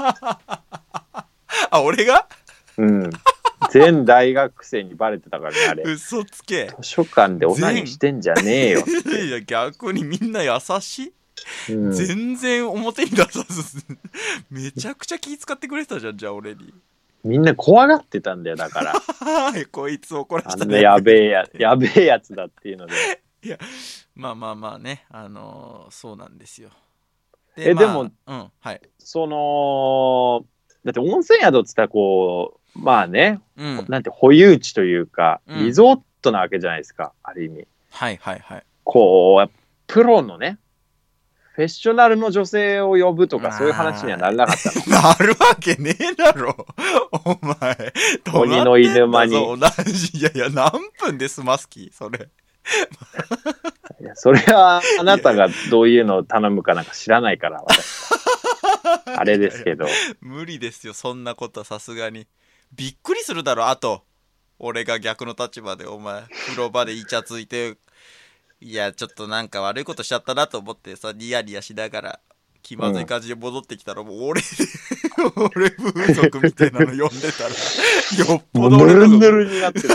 俺が全大学生にバレてたからね、あれ。 嘘つけ。 図書館でオナニーしてんじゃねえよ。 いや逆にみんな優しい、全然表に出さずめちゃくちゃ気遣ってくれてたじゃん。じゃあ俺にみんな怖がってたんだよ、だから。 こいつ怒らせたね。やべえやつだっていうので。 いや、まあね、そうなんですよ。 でも、 はい。 だって温泉宿っつったらこう、まあね、なんて保有地というか、リゾートなわけじゃないですか、ある意味。 はいはいはい。 こう、プロのね、フェッショナルの女性を呼ぶとか、そういう話にはならなかったの。 なるわけねえだろ。お前。 鬼の犬間に。 同じ。いや、何分で済ます気それ。 いや、それはあなたがどういうのを頼むかなんか知らないから、私。あれですけど。 無理ですよ、そんなことはさすがに。びっくりするだろ、あと。俺が逆の立場で、お前、風呂場でイチャついて、いや、ちょっとなんか悪いことしちゃったなと思ってさ、ニヤニヤしながら、気まずい感じで戻ってきたら、もう俺風俗みたいなの呼んでたら、よっぽど俺の。ヌルヌルになってる。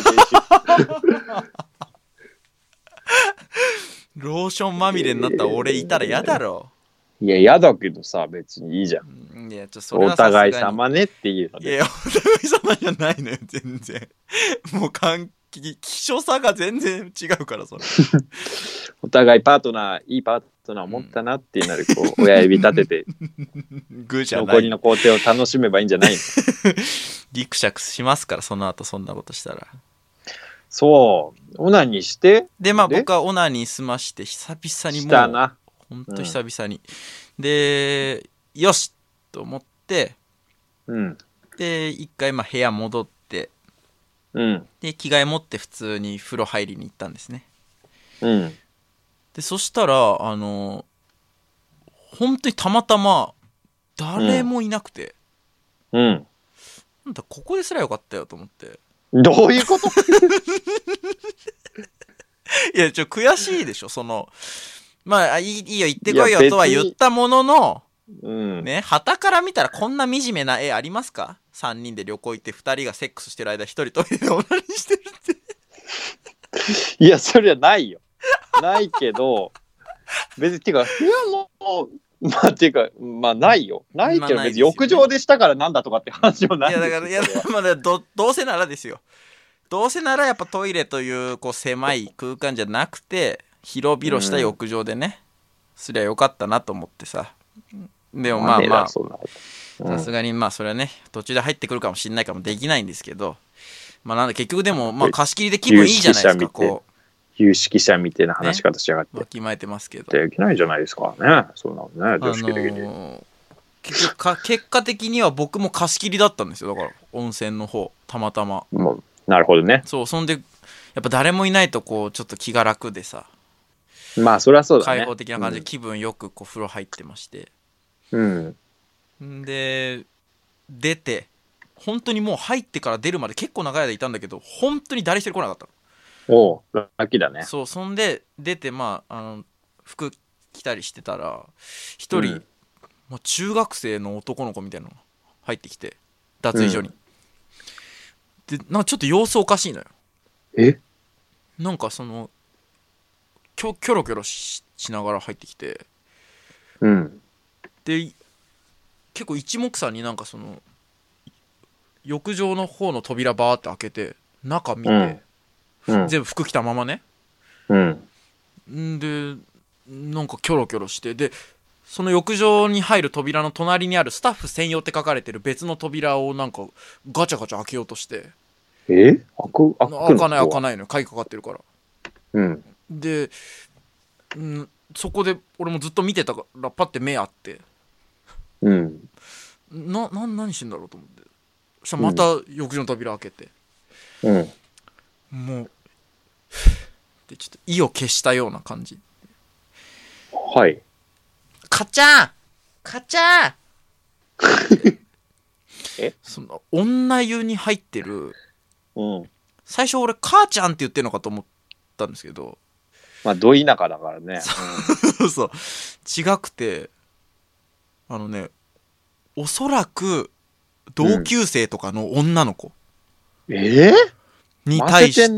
ローションまみれになった俺いたら嫌だろ。 いや、嫌だけどさ、別にいいじゃん。 いや、それはお互い様ねっていうので。 いや、お互い様じゃないのよ、全然。もう希少さが全然違うから、それ。 お互いいいパートナーを持ったなっていうので、こう、親指立てて、残りの工程を楽しめばいいんじゃないの。 ギクシャクしますから、その後そんなことしたら。 そう、オナニーして。 で、まあ僕はオナニー済まして、久々にもう、 したな。 ほんと久々に。で、よしと思って、で、一回まあ部屋戻って、で、着替え持って普通に風呂入りに行ったんですね。で、そしたら、本当にたまたま、誰もいなくて、なんだ、ここですらよかったよと思って。 どういうこと？ いや、悔しいでしょ、まあ、いいよ、行ってこいよとは言ったものの、ね、旗から見たらこんな惨めな絵ありますか？ 3 人で旅行行って2人がセックスしてる間1人トイレでオナニーしてるっていや、そりゃないよ。ないけど、別に、てか、部屋も、まあ、ていうか、まあ、ないよ。ないけど、別に浴場でしたからなんだとかって話もない。 いや、だから、まあ、どうせならですよ。どうせならやっぱトイレという、こう、狭い空間じゃなくて、広々した浴場でね、すりゃよかったなと思ってさ。でもまあ、さすがにまあ、それはね、途中で入ってくるかもしれないかもできないんですけど、まあ、なんで結局でも、まあ、貸し切りで気分いいじゃないですか、こう。 有識者みたいな話し方しやがって。 わきまえてますけど。 できないじゃないですかね。そうなのね、常識的に。 結果的には僕も貸し切りだったんですよ。だから、温泉の方、たまたま。 なるほどね。 そう、そんで、やっぱ誰もいないと、こう、ちょっと気が楽でさ。 まあ、そりゃそうだね。 開放的な感じで気分よくこう風呂入ってまして。で、出て、本当にもう入ってから出るまで結構長い間いたんだけど、本当に誰一人来なかったの。 おう、ラッキーだね。 そう、そんで出て、まあ、服着たりしてたら一人、もう中学生の男の子みたいなのが入ってきて、脱衣所に、で、なんかちょっと様子おかしいのよ。なんかキョロキョロ しながら入ってきて、で結構一目散になんか浴場の方の扉バーって開けて中見て、全部服着たままね、でなんかキョロキョロして、でその浴場に入る扉の隣にあるスタッフ専用って書かれてる別の扉をなんかガチャガチャ開けようとして、開かないのよ、鍵かかってるから。で、そこで俺もずっと見てたからパッて目あって、何してんだろうと思って、そしたらまた浴場の扉開けて、もうでちょっと意を消したような感じ。カチャーその女湯に入ってる、最初俺母ちゃんって言ってるのかと思ったんですけど、 まあど田舎だからね。 そう違くて、おそらく同級生とかの女の子に対して、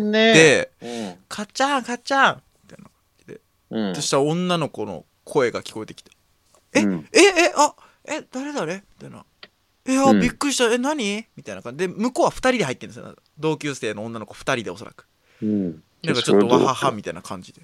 カチャンカチャンみたいな感じで、そしたら女の子の声が聞こえてきて、誰みたいな。 びっくりした、何みたいな感じで、向こうは2人で入ってるんですよ。同級生の女の子2人でおそらく。なんかちょっとわははみたいな感じで。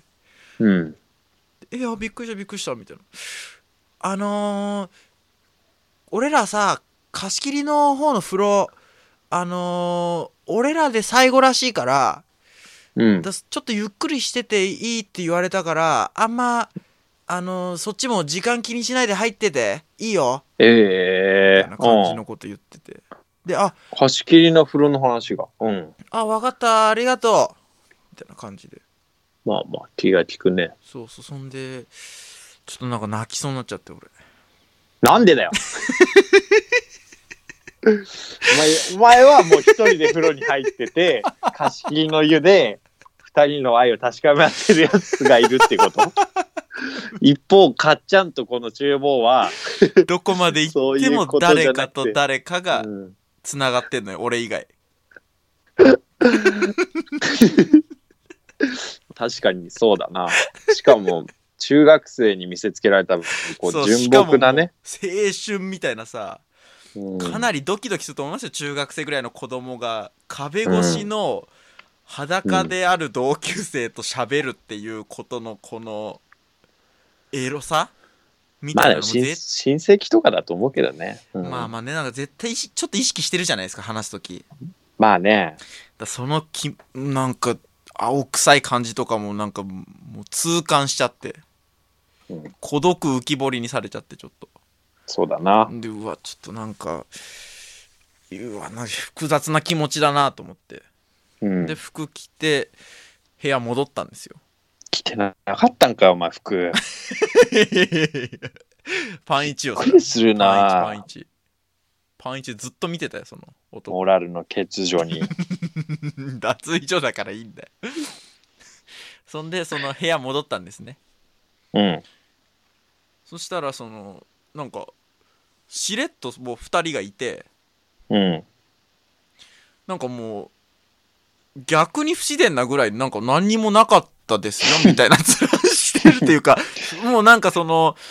びっくりしたびっくりしたみたいな。俺らさ、貸し切りの方の風呂、俺らで最後らしいから、ちょっとゆっくりしてていいって言われたから、あんま、そっちも時間気にしないで入ってていいよ。みたいな感じのこと言ってて。で、 貸し切りの風呂の話が。 わかった、ありがとう。みたいな感じで。 まあまあ、気が利くね。 そう、そんで、ちょっとなんか泣きそうになっちゃって、俺。 なんでだよお前はもう一人で風呂に入ってて、貸し切りの湯で二人の愛を確かめ合ってるやつがいるってこと一方、かっちゃんとこの厨房は、 どこまで行っても誰かと誰かがつながってんのよ、俺以外。 確かにそうだな。しかも、中学生に見せつけられた純朴なね。 青春みたいなさ、かなりドキドキすると思いますよ。中学生ぐらいの子供が壁越しの裸である同級生と喋るっていうことのこのエロさみたいなのも親戚とかだと思うけどね。 まあね、なんか絶対ちょっと意識してるじゃないですか、話すとき。 まあね。 そのなんか青臭い感じとかもなんかもう痛感しちゃって、孤独浮き彫りにされちゃって、ちょっとそうだな。 で、ちょっとなんかなんか複雑な気持ちだなと思って、で服着て部屋戻ったんですよ。 着てなかったんかお前服パンイチをびっくりするな。 パンイチずっと見てたよ、その男。 モラルの欠如に脱衣所だからいいんだよそんでその部屋戻ったんですね。そしたらなんかしれっともう2人がいて、なんかもう逆に不自然なぐらいなんか何にもなかったですよみたいな面してるっていうかもうなんか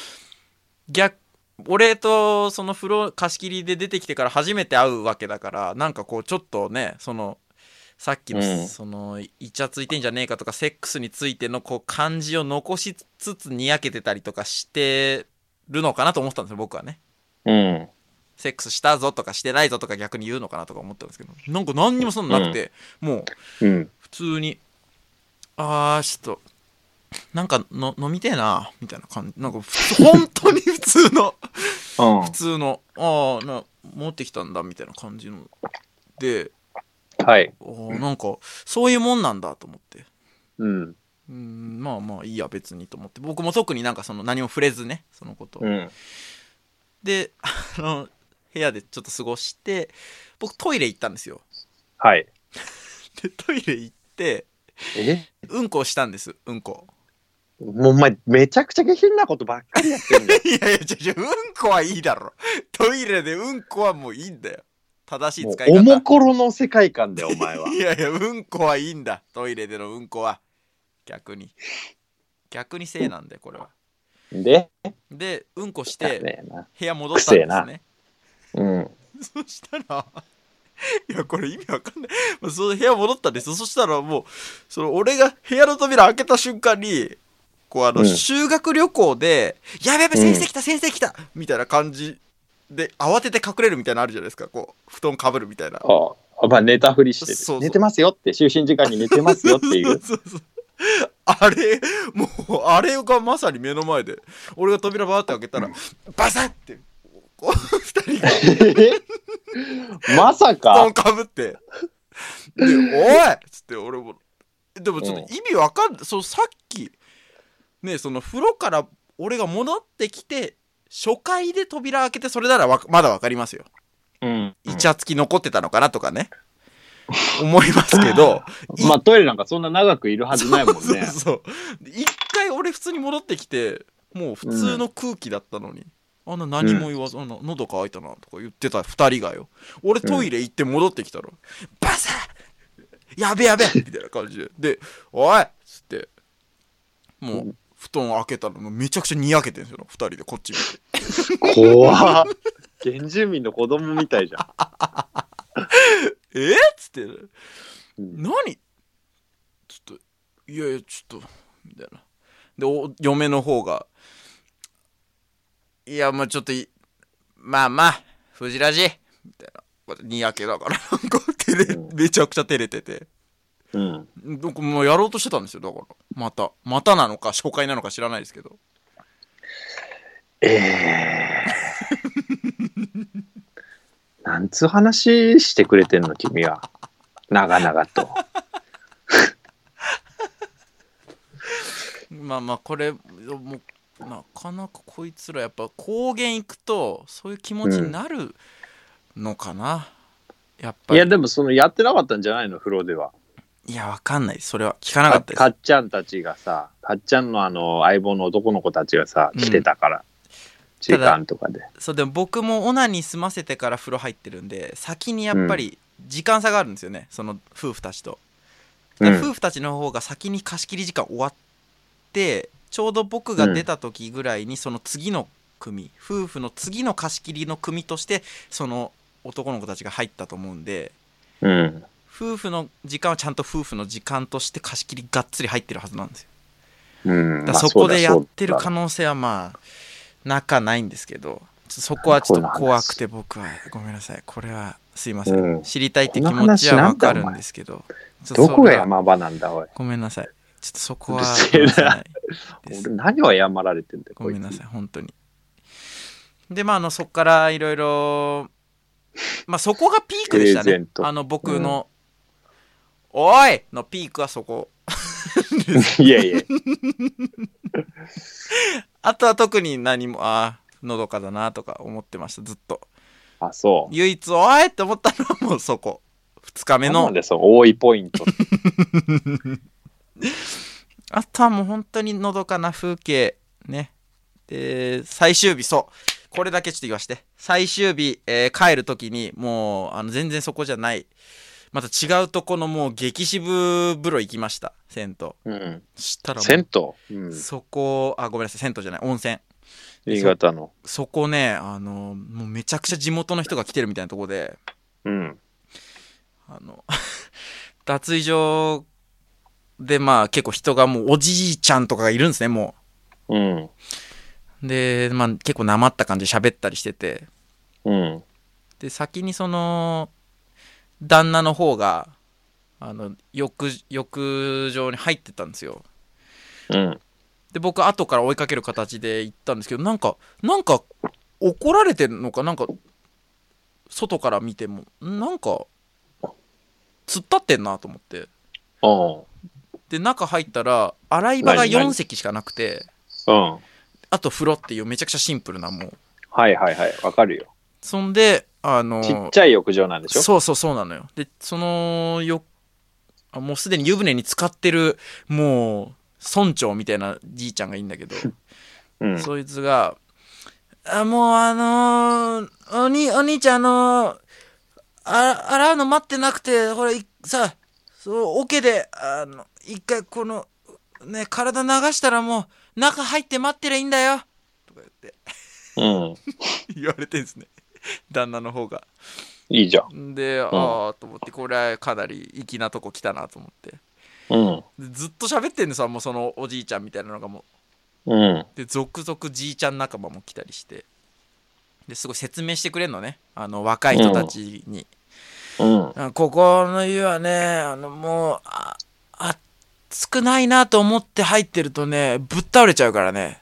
俺とその風呂貸し切りで出てきてから初めて会うわけだから、なんかこうちょっとね、さっきのイチャついてんじゃねえかとかセックスについてのこう感じを残しつつにやけてたりとかしてるのかなと思ったんですよ、僕はね。セックスしたぞとかしてないぞとか逆に言うのかなとか思ったんですけど、なんか何にもそんななくて、もう普通にちょっとなんか飲みてえなみたいな感じ、なんか本当に普通の普通の持ってきたんだみたいな感じので、なんかそういうもんなんだと思って、まあまあいいや別にと思って、僕も特になんか何も触れずね、そのこと、で部屋でちょっと過ごして、僕トイレ行ったんですよ。でトイレ行ってうんこしたんです。うんこもうお前めちゃくちゃ下品なことばっかりやってるんだよいやうんこはいいだろ、トイレでうんこはもういいんだよ、正しい使い方。 おもころの世界観でお前はいやうんこはいいんだ、トイレでのうんこは逆にせいなんだよこれは。でうんこして部屋戻ったんですね。そしたらいやこれ意味わかんない、その部屋戻ったんですよ。そしたらもう俺が部屋の扉開けた瞬間にこう修学旅行でやべ先生来たみたいな感じで慌てて隠れるみたいなのあるじゃないですか、こう布団かぶるみたいな。 まあ寝たふりしてる、寝てますよって、就寝時間に寝てますよっていうあれがまさに目の前で、俺が扉バーって開けたら、バサッってこう2人がまさか布団かぶってでおいっつって、俺もでもちょっと意味わかんない、さっきね、その風呂から俺が戻ってきて初回で扉開けて、それならまだわかりますよ、イチャつき残ってたのかなとかね思いますけどまあトイレなんかそんな長くいるはずないもんね。 そう一回俺普通に戻ってきて、もう普通の空気だったのに、何も言わず、喉乾いたなとか言ってた2人がよ、俺トイレ行って戻ってきたら、バサッやべみたいな感じでおいっつって、もう布団開けたらめちゃくちゃにやけてんですよ、2人でこっち見て怖っ。原住民の子供みたいじゃん。 っつって、何ちょっと、いやいや、ちょっと、みたいな。で、嫁の方が、いや、まあちょっとまあまあ、藤ラジみたいな。にやけだから、なんかめちゃくちゃ照れてて。僕もうやろうとしてたんですよ、だから。またなのか、初回なのか知らないですけど。 なんつう話してくれてんの、君は。長々と。 まあまあ、これ、もう、なかなかこいつら、やっぱ高原行くと、そういう気持ちになるのかな。やっぱり。 いや、でもやってなかったんじゃないの、風呂では。 いや、わかんない。それは聞かなかったです。 かっちゃんたちがさ、かっちゃんの相棒の男の子たちがさ、来てたから。時間とかで。 そう、でも僕もオナに済ませてから風呂入ってるんで、先にやっぱり時間差があるんですよね、その夫婦たちと。夫婦たちの方が先に貸し切り時間終わって、ちょうど僕が出た時ぐらいにその次の組、夫婦の次の貸し切りの組としてその男の子たちが入ったと思うんで、夫婦の時間はちゃんと夫婦の時間として貸し切りがっつり入ってるはずなんですよ。だそこでやってる可能性はまあなかないんですけど、そこはちょっと怖くて僕はごめんなさい。これはすいません。知りたいって気持ちはわかるんですけど。 どこが山場なんだおい。 ごめんなさい。ちょっとそこはない俺何を謝られてんだよ。 ごめんなさい本当に。でまあそこからいろいろまあそこがピークでしたね。僕の、おいのピークはそこ。 いやいや。 あとは特に何ものどかだなとか思ってましたずっと。 あ、そう。 唯一おいって思ったのはもうそこ。2日目の。 なんで多いポイント。 あとはもう本当にのどかな風景ね。で最終日これだけちょっと言わして最終日、帰る時にもう全然そこじゃないまた違うとこのもう激渋風呂行きました銭湯。したら銭湯、 そこごめんなさい銭湯じゃない温泉新潟のそこねもうめちゃくちゃ地元の人が来てるみたいなとこで脱衣所でまあ結構人がもうおじいちゃんとかがいるんですねもう。でまあ結構なまった感じで喋ったりしてて、で先にその旦那の方が浴場に入ってたんですよ。で僕後から追いかける形で行ったんですけどなんか怒られてんのかなんか外から見てもなんか突っ立ってんなと思って。で中入ったら洗い場が4席しかなくて、あと風呂っていうめちゃくちゃシンプルなもうわかるよ。 そんでちっちゃい浴場なんでしょ。 そうなのよ。でそのもうすでに湯船に浸かってるもう村長みたいなじいちゃんがいいんだけど、そいつがもうお兄ちゃん洗うの待ってなくてほらさ桶で一回このね体流したらもう中入って待ってりゃいいんだよとか言って言われてんですね旦那の方が。 いいじゃん。 でと思ってこれはかなり粋なとこ来たなと思って、ずっと喋ってんですわもうそのおじいちゃんみたいなのがもう、で続々じいちゃん仲間も来たりしてですごい説明してくれるのね若い人たちに。ここの湯はねもう熱くないなと思って入ってるとねぶっ倒れちゃうからね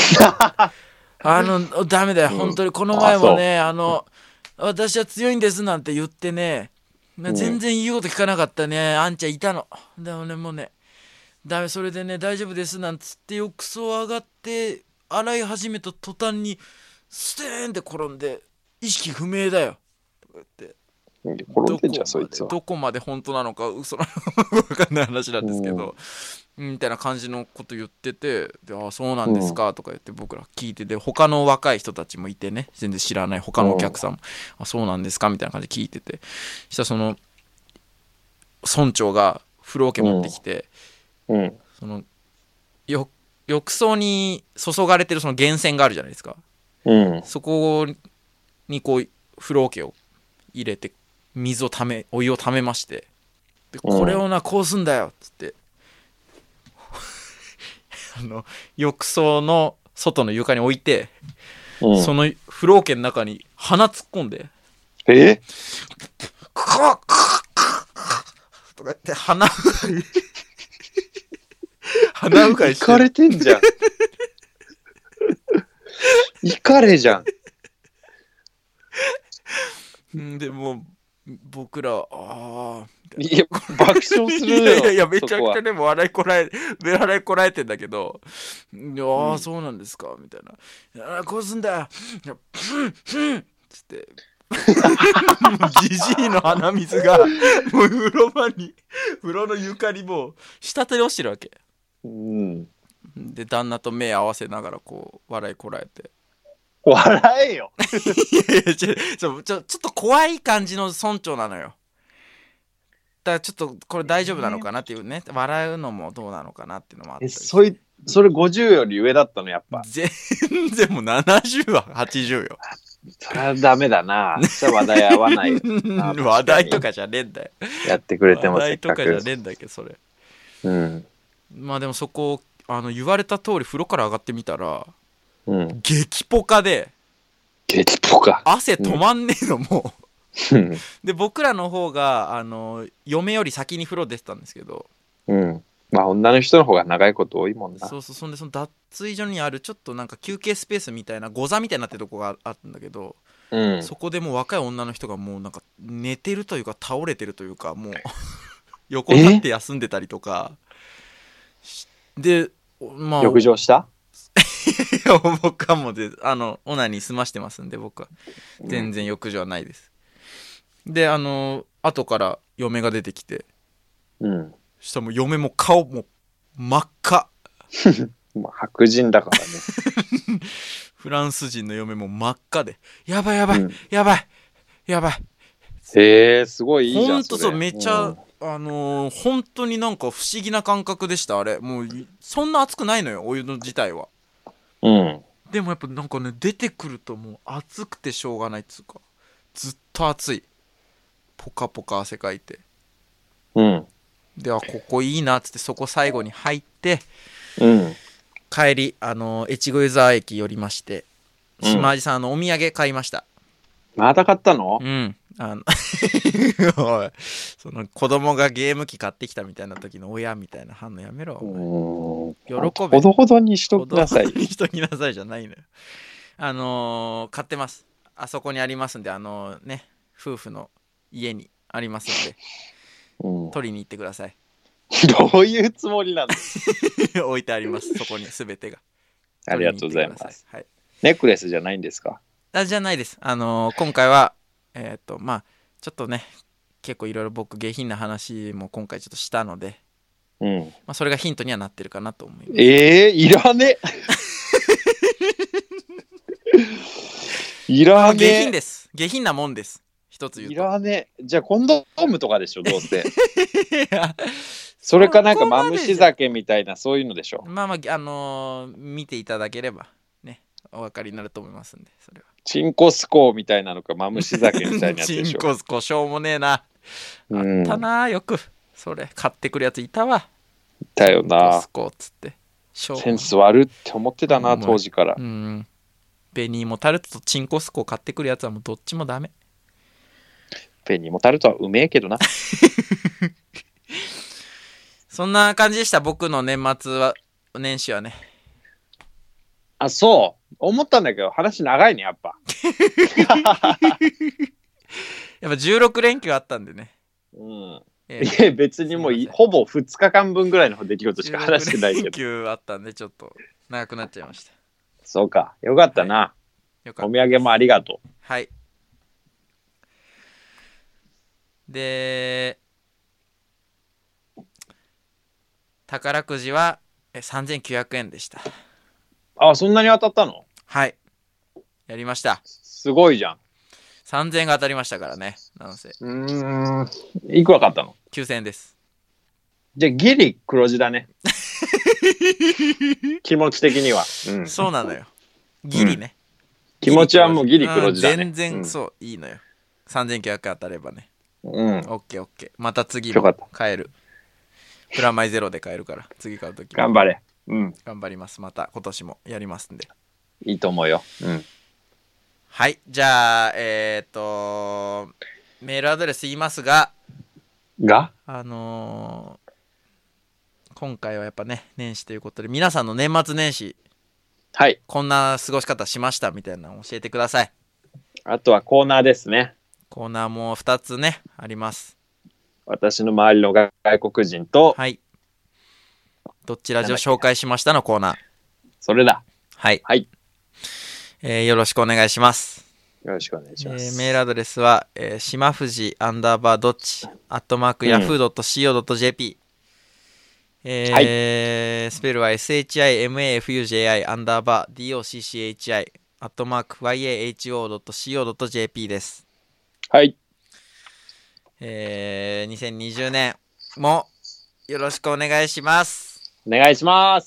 ダメだよ本当に。この前もね私は強いんですなんて言ってね全然言うこと聞かなかったねあんちゃんいたの。でもねもうねダメそれでね大丈夫ですなんつって浴槽上がって洗い始めた途端にステーンって転んで意識不明だよとか言って。どこまで本当なのか嘘なのか分かんない話なんですけど、みたいな感じのこと言っててでそうなんですかとか言って僕ら聞いてて他の若い人たちもいてね全然知らない他のお客さんもそうなんですかみたいな感じで聞いててしたらその村長が風呂桶持ってきて、その浴槽に注がれてるその源泉があるじゃないですか。 うん。 そこにこう風呂桶を入れてお湯をためまして、でこれをなこうすんだよっつって浴槽の外の床に置いて、その風呂桶の中に鼻突っ込んで、カッとか言って鼻うがいしてイカれてんじゃん。イカれじゃん。でもう僕らいや爆笑するよ。 いやめちゃくちゃでも笑いこらえてんだけど、そうなんですかみたいな、こうすんだよつってジジイの鼻水がもう風呂の床にもう滴り落ちてるわけ。で旦那と目合わせながらこう笑いこらえて、 笑えよ。 いやいやちょっと怖い感じの村長なのよ。だからちょっとこれ大丈夫なのかなっていうね、笑うのもどうなのかなっていうのもあったりして。 それ50より上だったのやっぱ。 全然もう70は80よ。 それはダメだな。それ話題合わないよ。 話題とかじゃねえんだよ。 やってくれても話題とせっかく。 かじゃねえんだけどそれ。まあでもそこ言われた通り風呂から上がってみたら、激ポカで汗止まんねえのもうで僕らの方が嫁より先に風呂出てたんですけど、 まあ女の人の方が長いこと多いもんな。 そんでその脱衣所にあるちょっとなんか休憩スペースみたいなゴザみたいになってるとこがあったんだけど、そこでもう若い女の人がもうなんか寝てるというか倒れてるというかもう横になって休んでたりとかで、まあ浴場した僕はもうオナニー済ましてますんで僕は全然浴場はないです。で後から嫁が出てきて、そしたらもう嫁も顔も真っ赤白人だからねフランス人の嫁も真っ赤でやばい、 すごいいいじゃん。 ほんとそうめちゃ本当になんか不思議な感覚でした。あれもうそんな熱くないのよお湯の自体は。でもやっぱなんかね出てくるともう熱くてしょうがないっつうか、ずっと熱い、ポカポカ汗かいて、でここいいなっつってそこ最後に入って、帰り越後湯沢駅寄りまして、島地さんお土産買いました。 また買ったの？ おいその子供がゲーム機買ってきたみたいな時の親みたいな反応やめろ。喜べ。 ほどほどにしときなさい。 しときなさいじゃないのよ。買ってます。あそこにありますんでね夫婦の家にありますんで、取りに行ってください。 どういうつもりなの？ 置いてありますそこに全てが。 ありがとうございます。ネックレスじゃないんですか？ じゃないです。今回はまあちょっとね結構いろいろ僕下品な話も今回ちょっとしたので、それがヒントにはなってるかなと思います。 いらねいらね下品です。下品なもんです。一つ言うといらねじゃあコンドームとかでしょどうせそれかなんかマムシ酒みたいなそういうのでしょ。 まあ見ていただければねお分かりになると思いますんで、それはチンコスコーみたいなのかマムシ酒みたいなやつでしょ。 チンコスコしょうもねえな、あったなよくそれ買ってくるやついたわ。 いたよな。 チンコスコっつってセンス悪って思ってたな当時から。 紅芋タルトとチンコスコ買ってくるやつはもうどっちもダメ。 紅芋タルトはうめえけどなそんな感じでした僕の年始はね。 そう思ったんだけど話長いねやっぱやっぱ16連休あったんでね。 別にもうほぼ2日間分ぐらいの出来事しか話してないけど。 16連休あったんでちょっと長くなっちゃいました。 そうかよかったな、よかった。お土産もありがとう。 はい。で宝くじは3900円でした。 そんなに当たったの？ はい、やりました。 すごいじゃん。 3000円が当たりましたからね。なんせいくら買ったの ？9000円です。 じゃあギリ黒字だね気持ち的には、 そうなのよギリね、 気持ちはもうギリ黒字だね。 全然そう、いいのよ。3900当たればね。 うん。 オッケー。また次も買える。プラマイゼロで買えるから、次買うとき。 頑張れ。うん。 頑張ります。また今年もやりますんで。 いいと思うよ。うん。 はい。じゃあ、メールアドレス言いますが、今回はやっぱね、年始ということで、皆さんの年末年始、 はい。 こんな過ごし方しましたみたいなのを教えてください。 あとはコーナーですね。 コーナーも2つね、あります。 私の周りの外国人と、 はい。どっちラジオ紹介しましたのコーナー。 それだ。 はい。 はい。 よろしくお願いします。 よろしくお願いします。 メールアドレスは、しまふじ_yahoo.co.jp、はい、スペルは shimafuji_docchi_yaho.co.jp です。 はい。 2020年もよろしくお願いします。 お願いします。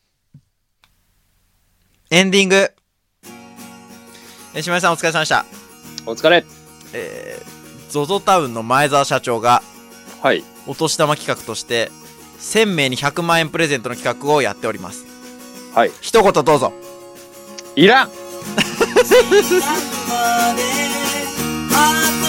エンディング。島根さんお疲れ様でした。 お疲れ。 ZOZO タウンの前澤社長が、 はい、 お年玉企画として1000名に100万円プレゼントの企画をやっております。 はい。 一言どうぞ。 いらん